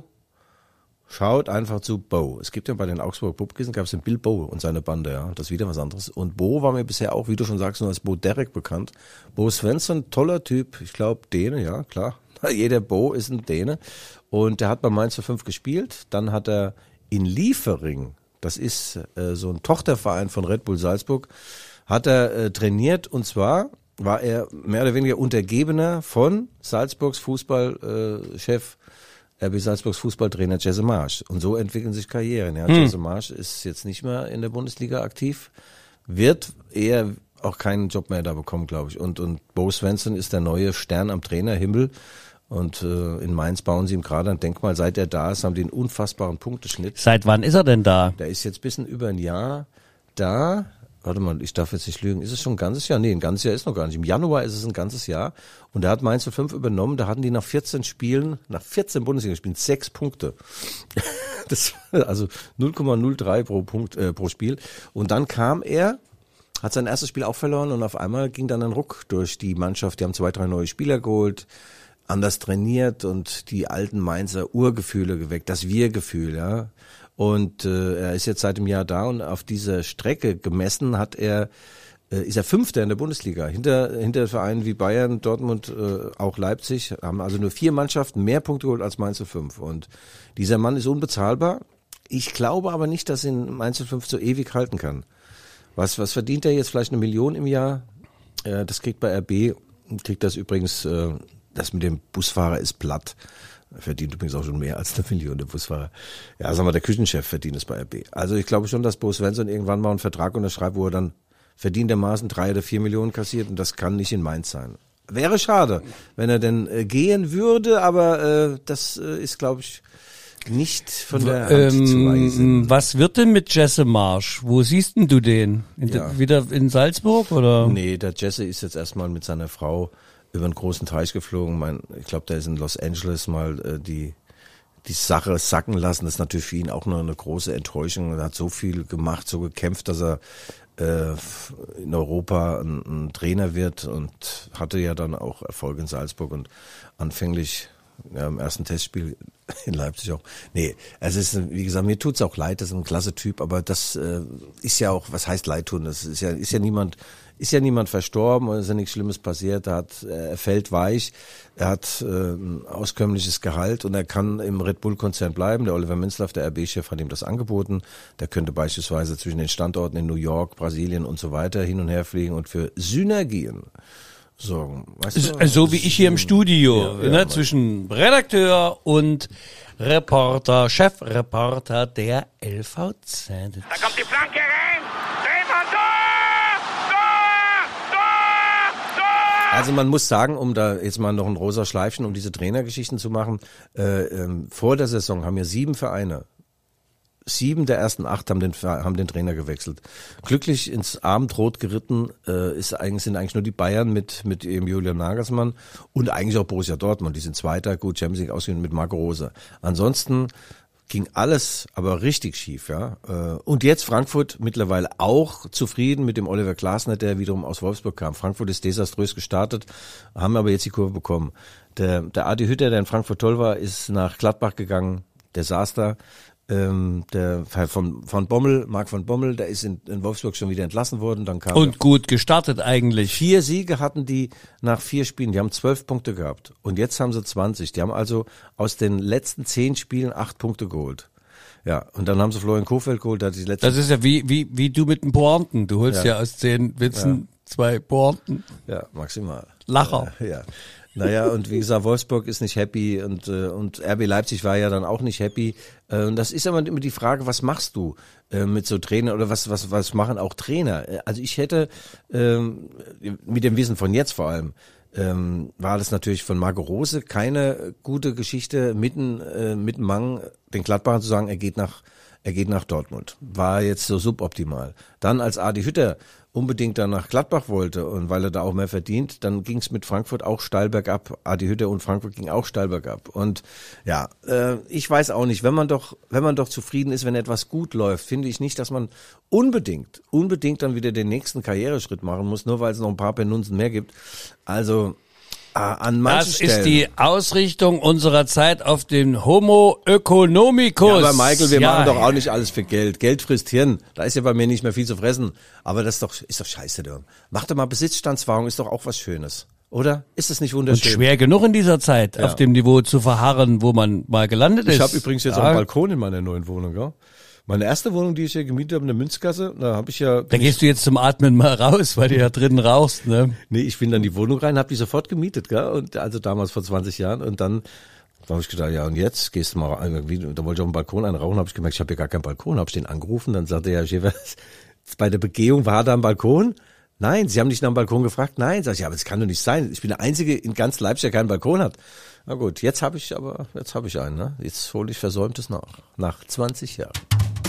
[SPEAKER 1] Schaut einfach zu Bo. Es gibt ja bei den Augsburg Pupkisten, gab es den Bill Bo und seine Bande, ja. Das ist wieder was anderes. Und Bo war mir bisher auch, wie du schon sagst, nur als Bo Derek bekannt. Bo Svensson, toller Typ. Ich glaube, Däne, ja, klar. Jeder Bo ist ein Däne. Und der hat bei Mainz null fünf gespielt. Dann hat er in Liefering, das ist äh, so ein Tochterverein von Red Bull Salzburg, hat er äh, trainiert. Und zwar war er mehr oder weniger Untergebener von Salzburgs Fußballchef, äh, R B Salzburgs Fußballtrainer Jesse Marsch. Und so entwickeln sich Karrieren. Ja, hm. Jesse Marsch ist jetzt nicht mehr in der Bundesliga aktiv, wird eher auch keinen Job mehr da bekommen, glaube ich. Und, und Bo Svensson ist der neue Stern am Trainerhimmel. Und äh, in Mainz bauen sie ihm gerade ein Denkmal. Seit er da ist, haben die einen unfassbaren Punkteschnitt.
[SPEAKER 2] Seit wann ist er denn da?
[SPEAKER 1] Der ist jetzt ein bisschen über ein Jahr da. Warte mal, ich darf jetzt nicht lügen. Ist es schon ein ganzes Jahr? Nee, ein ganzes Jahr ist noch gar nicht. Im Januar ist es ein ganzes Jahr. Und da hat Mainz null fünf übernommen. Da hatten die nach vierzehn Spielen, nach vierzehn Bundesliga-Spielen, sechs Punkte. Das, also null Komma null drei pro Punkt, äh, pro Spiel. Und dann kam er, hat sein erstes Spiel auch verloren und auf einmal ging dann ein Ruck durch die Mannschaft. Die haben zwei, drei neue Spieler geholt, anders trainiert und die alten Mainzer Urgefühle geweckt, das Wir-Gefühl, ja. Und äh, er ist jetzt seit einem Jahr da und auf dieser Strecke gemessen hat er, äh, ist er Fünfter in der Bundesliga. Hinter hinter Vereinen wie Bayern, Dortmund, äh, auch Leipzig haben also nur vier Mannschaften mehr Punkte geholt als Mainz null fünf. Und dieser Mann ist unbezahlbar. Ich glaube aber nicht, dass ihn Mainz null fünf so ewig halten kann. Was was verdient er jetzt? Vielleicht eine Million im Jahr? Äh, das kriegt bei R B, kriegt das übrigens, äh, das mit dem Busfahrer ist platt. Er verdient übrigens auch schon mehr als eine Million, der Busfahrer. Ja, sagen wir, der Küchenchef verdient es bei R B. Also ich glaube schon, dass Bo Svensson irgendwann mal einen Vertrag unterschreibt, wo er dann verdientermaßen drei oder vier Millionen kassiert und das kann nicht in Mainz sein. Wäre schade, wenn er denn äh, gehen würde, aber äh, das äh, ist, glaube ich, nicht von der Hand
[SPEAKER 2] ähm,
[SPEAKER 1] zu weisen.
[SPEAKER 2] Was wird denn mit Jesse Marsch? Wo siehst denn du den? In
[SPEAKER 1] Ja.
[SPEAKER 2] de, wieder in Salzburg oder?
[SPEAKER 1] Nee, der Jesse ist jetzt erstmal mit seiner Frau über einen großen Teich geflogen. Mein, ich glaube, der ist in Los Angeles mal äh, die die Sache sacken lassen. Das ist natürlich für ihn auch noch eine große Enttäuschung. Er hat so viel gemacht, so gekämpft, dass er äh, in Europa ein, ein Trainer wird und hatte ja dann auch Erfolg in Salzburg und anfänglich ja, im ersten Testspiel in Leipzig auch. Nee, es ist, wie gesagt, mir tut's auch leid, das ist ein klasse Typ, aber das äh, ist ja auch, was heißt leid tun? Das ist ja, ist ja niemand, ist ja niemand verstorben oder ist ja nichts Schlimmes passiert. Er hat, er fällt weich, er hat äh, ein auskömmliches Gehalt und er kann im Red Bull-Konzern bleiben. Der Oliver Minzlaff, der R B-Chef, hat ihm das angeboten. Der könnte beispielsweise zwischen den Standorten in New York, Brasilien und so weiter hin und her fliegen und für Synergien sorgen. Weißt du?
[SPEAKER 2] So wie ich hier im Studio,
[SPEAKER 1] ja,
[SPEAKER 2] ne,
[SPEAKER 1] ja,
[SPEAKER 2] zwischen Redakteur und Reporter, Chefreporter der L V Z.
[SPEAKER 4] Da kommt die Flanke rein. Drehmann, Tor! Tor! Tor! Tor!
[SPEAKER 1] Also man muss sagen, um da jetzt mal noch ein rosa Schleifchen, um diese Trainergeschichten zu machen, äh, ähm, vor der Saison haben wir sieben Vereine. Sieben der ersten acht haben den, haben den Trainer gewechselt. Glücklich ins Abendrot geritten äh, ist eigentlich, sind eigentlich nur die Bayern mit mit eben Julian Nagelsmann und eigentlich auch Borussia Dortmund. Die sind Zweiter, gut, Champions League ausgehend mit Marco Rose. Ansonsten ging alles aber richtig schief, ja. Und jetzt Frankfurt mittlerweile auch zufrieden mit dem Oliver Glasner, der wiederum aus Wolfsburg kam. Frankfurt ist desaströs gestartet, haben aber jetzt die Kurve bekommen. Der, der Adi Hütter, der in Frankfurt toll war, ist nach Gladbach gegangen, Desaster. Ähm, der von, von Bommel, Marc von Bommel, der ist in, in Wolfsburg schon wieder entlassen worden. Dann kam
[SPEAKER 2] Und gut gestartet eigentlich.
[SPEAKER 1] Vier Siege hatten die nach vier Spielen. Die haben zwölf Punkte gehabt. Und jetzt haben sie zwanzig. Die haben also aus den letzten zehn Spielen acht Punkte geholt. Ja, und dann haben sie Florian Kohfeldt geholt. Der hat die letzten
[SPEAKER 2] Das ist ja wie wie wie du mit den Pointen. Du holst ja,
[SPEAKER 1] Ja.
[SPEAKER 2] aus zehn Witzen zwei Pointen.
[SPEAKER 1] ja, maximal.
[SPEAKER 2] Lacher.
[SPEAKER 1] Äh, ja. Naja, und wie gesagt, Wolfsburg ist nicht happy und äh, und R B Leipzig war ja dann auch nicht happy. Äh, und das ist aber immer die Frage, was machst du äh, mit so Trainern oder was was was machen auch Trainer? Äh, Also ich hätte ähm, mit dem Wissen von jetzt vor allem ähm, war das natürlich von Marco Rose keine gute Geschichte, mitten äh, mitten Mang den Gladbachern zu sagen, er geht nach er geht nach Dortmund. War jetzt so suboptimal. Dann als Adi Hütter unbedingt dann nach Gladbach wollte und weil er da auch mehr verdient, dann ging es mit Frankfurt auch steil bergab. Adi Hütter und Frankfurt ging auch steil bergab. Und ja, äh, ich weiß auch nicht, wenn man doch, wenn man doch zufrieden ist, wenn etwas gut läuft, finde ich nicht, dass man unbedingt, unbedingt dann wieder den nächsten Karriereschritt machen muss, nur weil es noch ein paar Penunzen mehr gibt. Also an manchen
[SPEAKER 2] Das
[SPEAKER 1] Stellen.
[SPEAKER 2] ist die Ausrichtung unserer Zeit auf den Homo economicus.
[SPEAKER 1] Ja, aber Michael, wir
[SPEAKER 2] Ja,
[SPEAKER 1] machen doch auch nicht alles für Geld. Geld frisst Hirn. Da ist ja bei mir nicht mehr viel zu fressen. Aber das ist doch, ist doch scheiße, du. Mach doch mal Besitzstandswahrung, ist doch auch was Schönes. Oder? Ist das nicht
[SPEAKER 2] Und
[SPEAKER 1] wunderschön?
[SPEAKER 2] schwer genug in dieser Zeit,
[SPEAKER 1] Ja.
[SPEAKER 2] auf dem Niveau zu verharren, wo man mal gelandet ist.
[SPEAKER 1] Ich habe übrigens jetzt
[SPEAKER 2] Ja.
[SPEAKER 1] auch einen Balkon in meiner neuen Wohnung, ja. Meine erste Wohnung, die ich hier gemietet habe in der Münzgasse, da habe ich ja...
[SPEAKER 2] Da gehst du jetzt zum Atmen mal raus, weil du ja drinnen rauchst, ne?
[SPEAKER 1] Nee, ich bin dann in die Wohnung rein, habe die sofort gemietet, gell? Und also damals vor zwanzig Jahren und dann da habe ich gedacht, ja und jetzt gehst du mal irgendwie, da wollte ich auf dem Balkon einen rauchen, habe ich gemerkt, ich habe hier gar keinen Balkon, habe ich den angerufen, dann sagte er, ja, bei der Begehung war da ein Balkon? Nein, Sie haben nicht nach dem Balkon gefragt? Nein, sag ich, ja, aber das kann doch nicht sein. Ich bin der Einzige in ganz Leipzig, der keinen Balkon hat. Na gut, jetzt habe ich aber, jetzt habe ich einen, ne? Jetzt hole ich Versäumtes nach, nach zwanzig Jahren.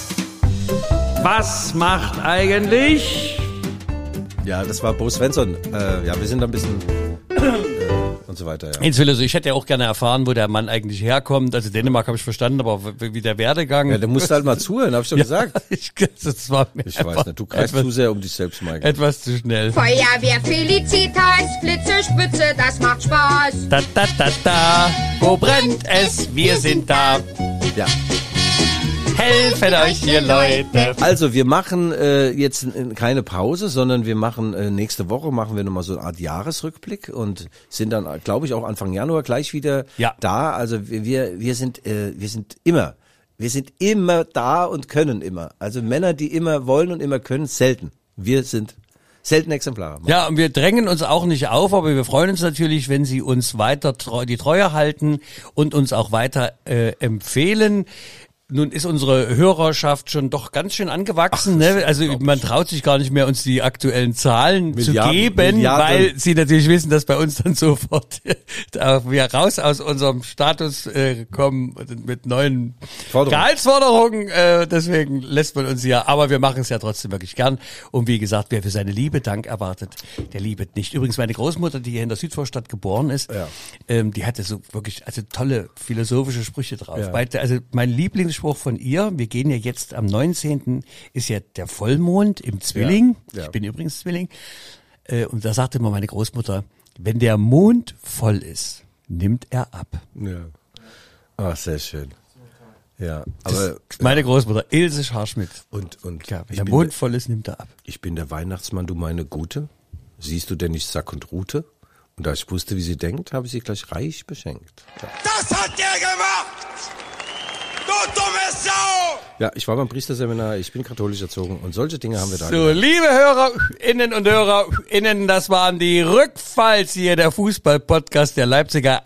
[SPEAKER 2] Was macht eigentlich?
[SPEAKER 1] Ja, das war Bo Svensson. Äh, ja, wir sind da ein bisschen äh, und so weiter, ja.
[SPEAKER 2] Ins also ich hätte ja auch gerne erfahren, wo der Mann eigentlich herkommt. Also Dänemark habe ich verstanden, aber wie wie der Werdegang.
[SPEAKER 1] Ja, der musst halt mal zuhören, habe ich doch gesagt.
[SPEAKER 2] ich, das war mir
[SPEAKER 1] Ich weiß nicht, du kreist
[SPEAKER 2] etwas,
[SPEAKER 1] zu sehr um dich selbst, Michael.
[SPEAKER 2] etwas zu schnell.
[SPEAKER 7] Feuerwehr Felicitas, Blitze, Spitze, das macht Spaß.
[SPEAKER 2] Da, da, da, da, wo brennt es? Wir sind da.
[SPEAKER 1] Ja.
[SPEAKER 2] Helfen euch, ihr Leute.
[SPEAKER 1] Also wir machen äh, jetzt äh, keine Pause, sondern wir machen äh, nächste Woche machen wir nochmal so eine Art Jahresrückblick und sind dann, glaube ich, auch Anfang Januar gleich wieder
[SPEAKER 2] Ja.
[SPEAKER 1] da. Also wir wir, wir sind äh, wir sind immer wir sind immer da und können immer. Also Männer, die immer wollen und immer können, selten. Wir sind selten Exemplare.
[SPEAKER 2] Ja, und wir drängen uns auch nicht auf, aber wir freuen uns natürlich, wenn Sie uns weiter treu, die Treue halten und uns auch weiter äh, empfehlen. nun ist unsere Hörerschaft schon doch ganz schön angewachsen. Ach, ne? Also man traut sich gar nicht mehr, uns die aktuellen Zahlen Milliarden, zu geben, Milliarden. Weil sie natürlich wissen, dass bei uns dann sofort wir raus aus unserem Status äh, kommen mit neuen Forderung. Gehaltsforderungen. Äh, deswegen lässt man uns ja, aber wir machen es ja trotzdem wirklich gern. Und wie gesagt, wer für seine Liebe Dank erwartet, der liebet nicht. Übrigens meine Großmutter, die hier in der Südvorstadt geboren ist, ja. ähm, die hatte so wirklich also tolle philosophische Sprüche drauf. Ja. Weil, also mein Lieblingsspruch von ihr, wir gehen ja jetzt am neunzehnten ist ja der Vollmond im Zwilling. Ja, ja. Ich bin übrigens Zwilling. Äh, und da sagte immer meine Großmutter, wenn der Mond voll ist, nimmt er ab.
[SPEAKER 1] Ja. Ah, sehr schön. Ja, aber
[SPEAKER 2] meine Großmutter, Ilse Scharschmidt.
[SPEAKER 1] Und, und
[SPEAKER 2] ja, wenn der Mond voll ist, nimmt er ab.
[SPEAKER 1] Ich bin der Weihnachtsmann, du meine Gute. Siehst du denn nicht Sack und Rute? Und da ich wusste, wie sie denkt, habe ich sie gleich reich beschenkt. Ja.
[SPEAKER 4] Das hat der gemacht! Du dumme Sau!
[SPEAKER 1] Ja, ich war beim Priesterseminar, ich bin katholisch erzogen und solche Dinge haben wir da.
[SPEAKER 2] So, gemacht. Liebe HörerInnen und HörerInnen, das waren die Rückfallzieher, der Fußball-Podcast der Leipziger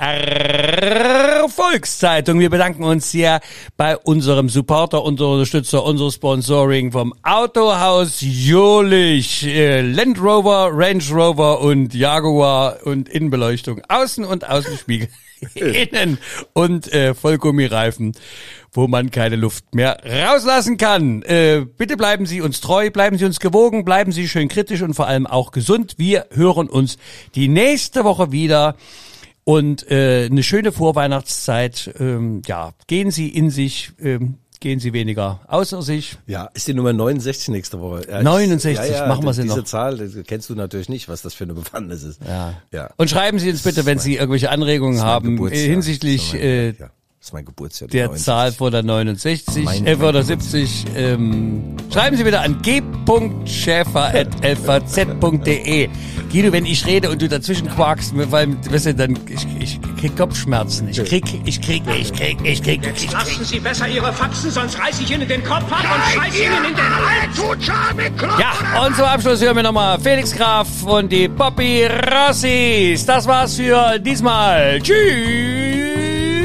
[SPEAKER 2] Volkszeitung. Wir bedanken uns sehr bei unserem Supporter, unserem Unterstützer, unser Sponsoring vom Autohaus Jolich, äh, Land Rover, Range Rover und Jaguar und Innenbeleuchtung, Außen- und Außenspiegel. Innen- und äh, Vollgummireifen, wo man keine Luft mehr rauslassen kann. Äh, bitte bleiben Sie uns treu, bleiben Sie uns gewogen, bleiben Sie schön kritisch und vor allem auch gesund. Wir hören uns die nächste Woche wieder und äh, eine schöne Vorweihnachtszeit. Ähm, ja, gehen Sie in sich, ähm, gehen Sie weniger außer sich.
[SPEAKER 1] Ja, ist die Nummer neunundsechzig nächste Woche. Ja,
[SPEAKER 2] neunundsechzig,
[SPEAKER 1] ja, ja,
[SPEAKER 2] machen wir sie
[SPEAKER 1] diese
[SPEAKER 2] noch.
[SPEAKER 1] Diese Zahl, das kennst du natürlich nicht, was das für eine Bewandtnis ist.
[SPEAKER 2] Ja.
[SPEAKER 1] Ja.
[SPEAKER 2] Und schreiben Sie uns bitte, wenn Sie irgendwelche Anregungen haben
[SPEAKER 1] Geburtsjahr.
[SPEAKER 2] hinsichtlich äh,
[SPEAKER 1] ja. Das ist mein Geburtsjahr.
[SPEAKER 2] Der
[SPEAKER 1] neunundsechzig.
[SPEAKER 2] Zahl vor der neunundsechzig,
[SPEAKER 1] Mein,
[SPEAKER 2] äh, vor der
[SPEAKER 1] mein
[SPEAKER 2] siebzig. Ähm, schreiben Sie bitte an g punkt schäfer at l v z punkt d e. Guido, wenn ich rede und du dazwischen quakst, weil, weißt du, dann, ich, ich krieg Kopfschmerzen. Ich krieg, ich krieg, ich krieg, ich krieg, ich krieg.
[SPEAKER 8] Lassen Sie besser Ihre Faxen, sonst reiß ich Ihnen den Kopf ab und scheiß Ihnen in den Hals.
[SPEAKER 2] Ja, und zum Abschluss hören wir nochmal Felix Graf und die Poppy Rossis. Das war's für diesmal. Tschüss.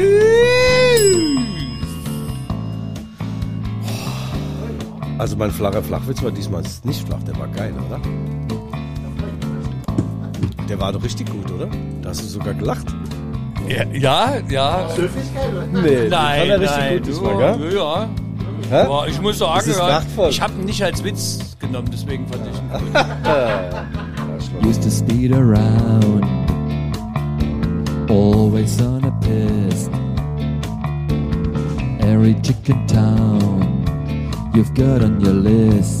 [SPEAKER 1] Also mein flacher Flachwitz war diesmal nicht flach, der war geil, oder? Der war doch richtig gut, oder? Da hast du sogar gelacht.
[SPEAKER 2] Ja, ja. ja.
[SPEAKER 1] Nee,
[SPEAKER 2] nein,
[SPEAKER 1] der richtig
[SPEAKER 2] nein,
[SPEAKER 1] gut diesmal, gell?
[SPEAKER 2] Ja.
[SPEAKER 1] Hä?
[SPEAKER 2] Boah, ich muss sagen,
[SPEAKER 1] ist prachtvoll.
[SPEAKER 2] ich habe ihn nicht als Witz genommen, deswegen fand ich ihn gut.
[SPEAKER 9] Used to speed around, always on a piss. Every chicken town you've got on your list.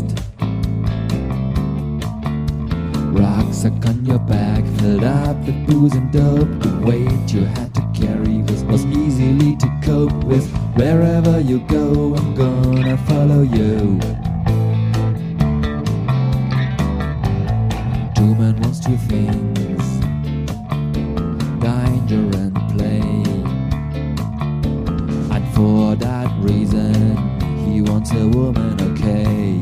[SPEAKER 9] Rucksack on your back, filled up with booze and dope. The weight you had to carry was, was easily to cope with. Wherever you go, I'm gonna follow you. Two men wants two things, danger and play. And for that reason, he wants a woman, okay.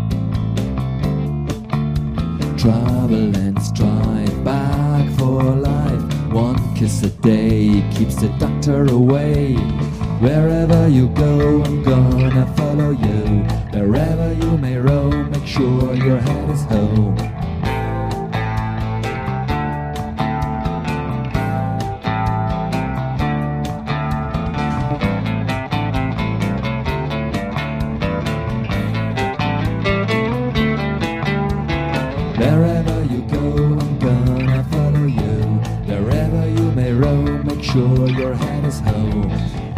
[SPEAKER 9] Trouble and strife, back for life. One kiss a day keeps the doctor away. Wherever you go, I'm gonna follow you. Wherever you may roam, make sure your head is home. Wherever you go, I'm gonna follow you. Wherever you may roam, make sure your head is home.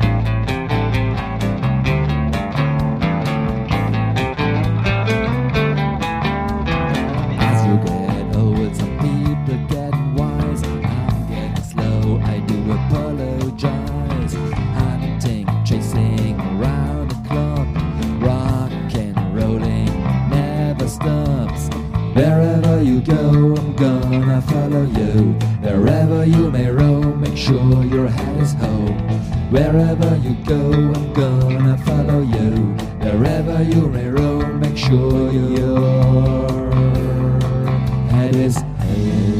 [SPEAKER 9] As you get old, some people get wise. I'm getting slow, I do apologize. Hunting, chasing around the clock. Rock and rolling never stops. Wherever you go, I'm gonna follow you. Wherever you may roam, make sure your head is home. Wherever you go, I'm gonna follow you. Wherever you may roam, make sure your head is home.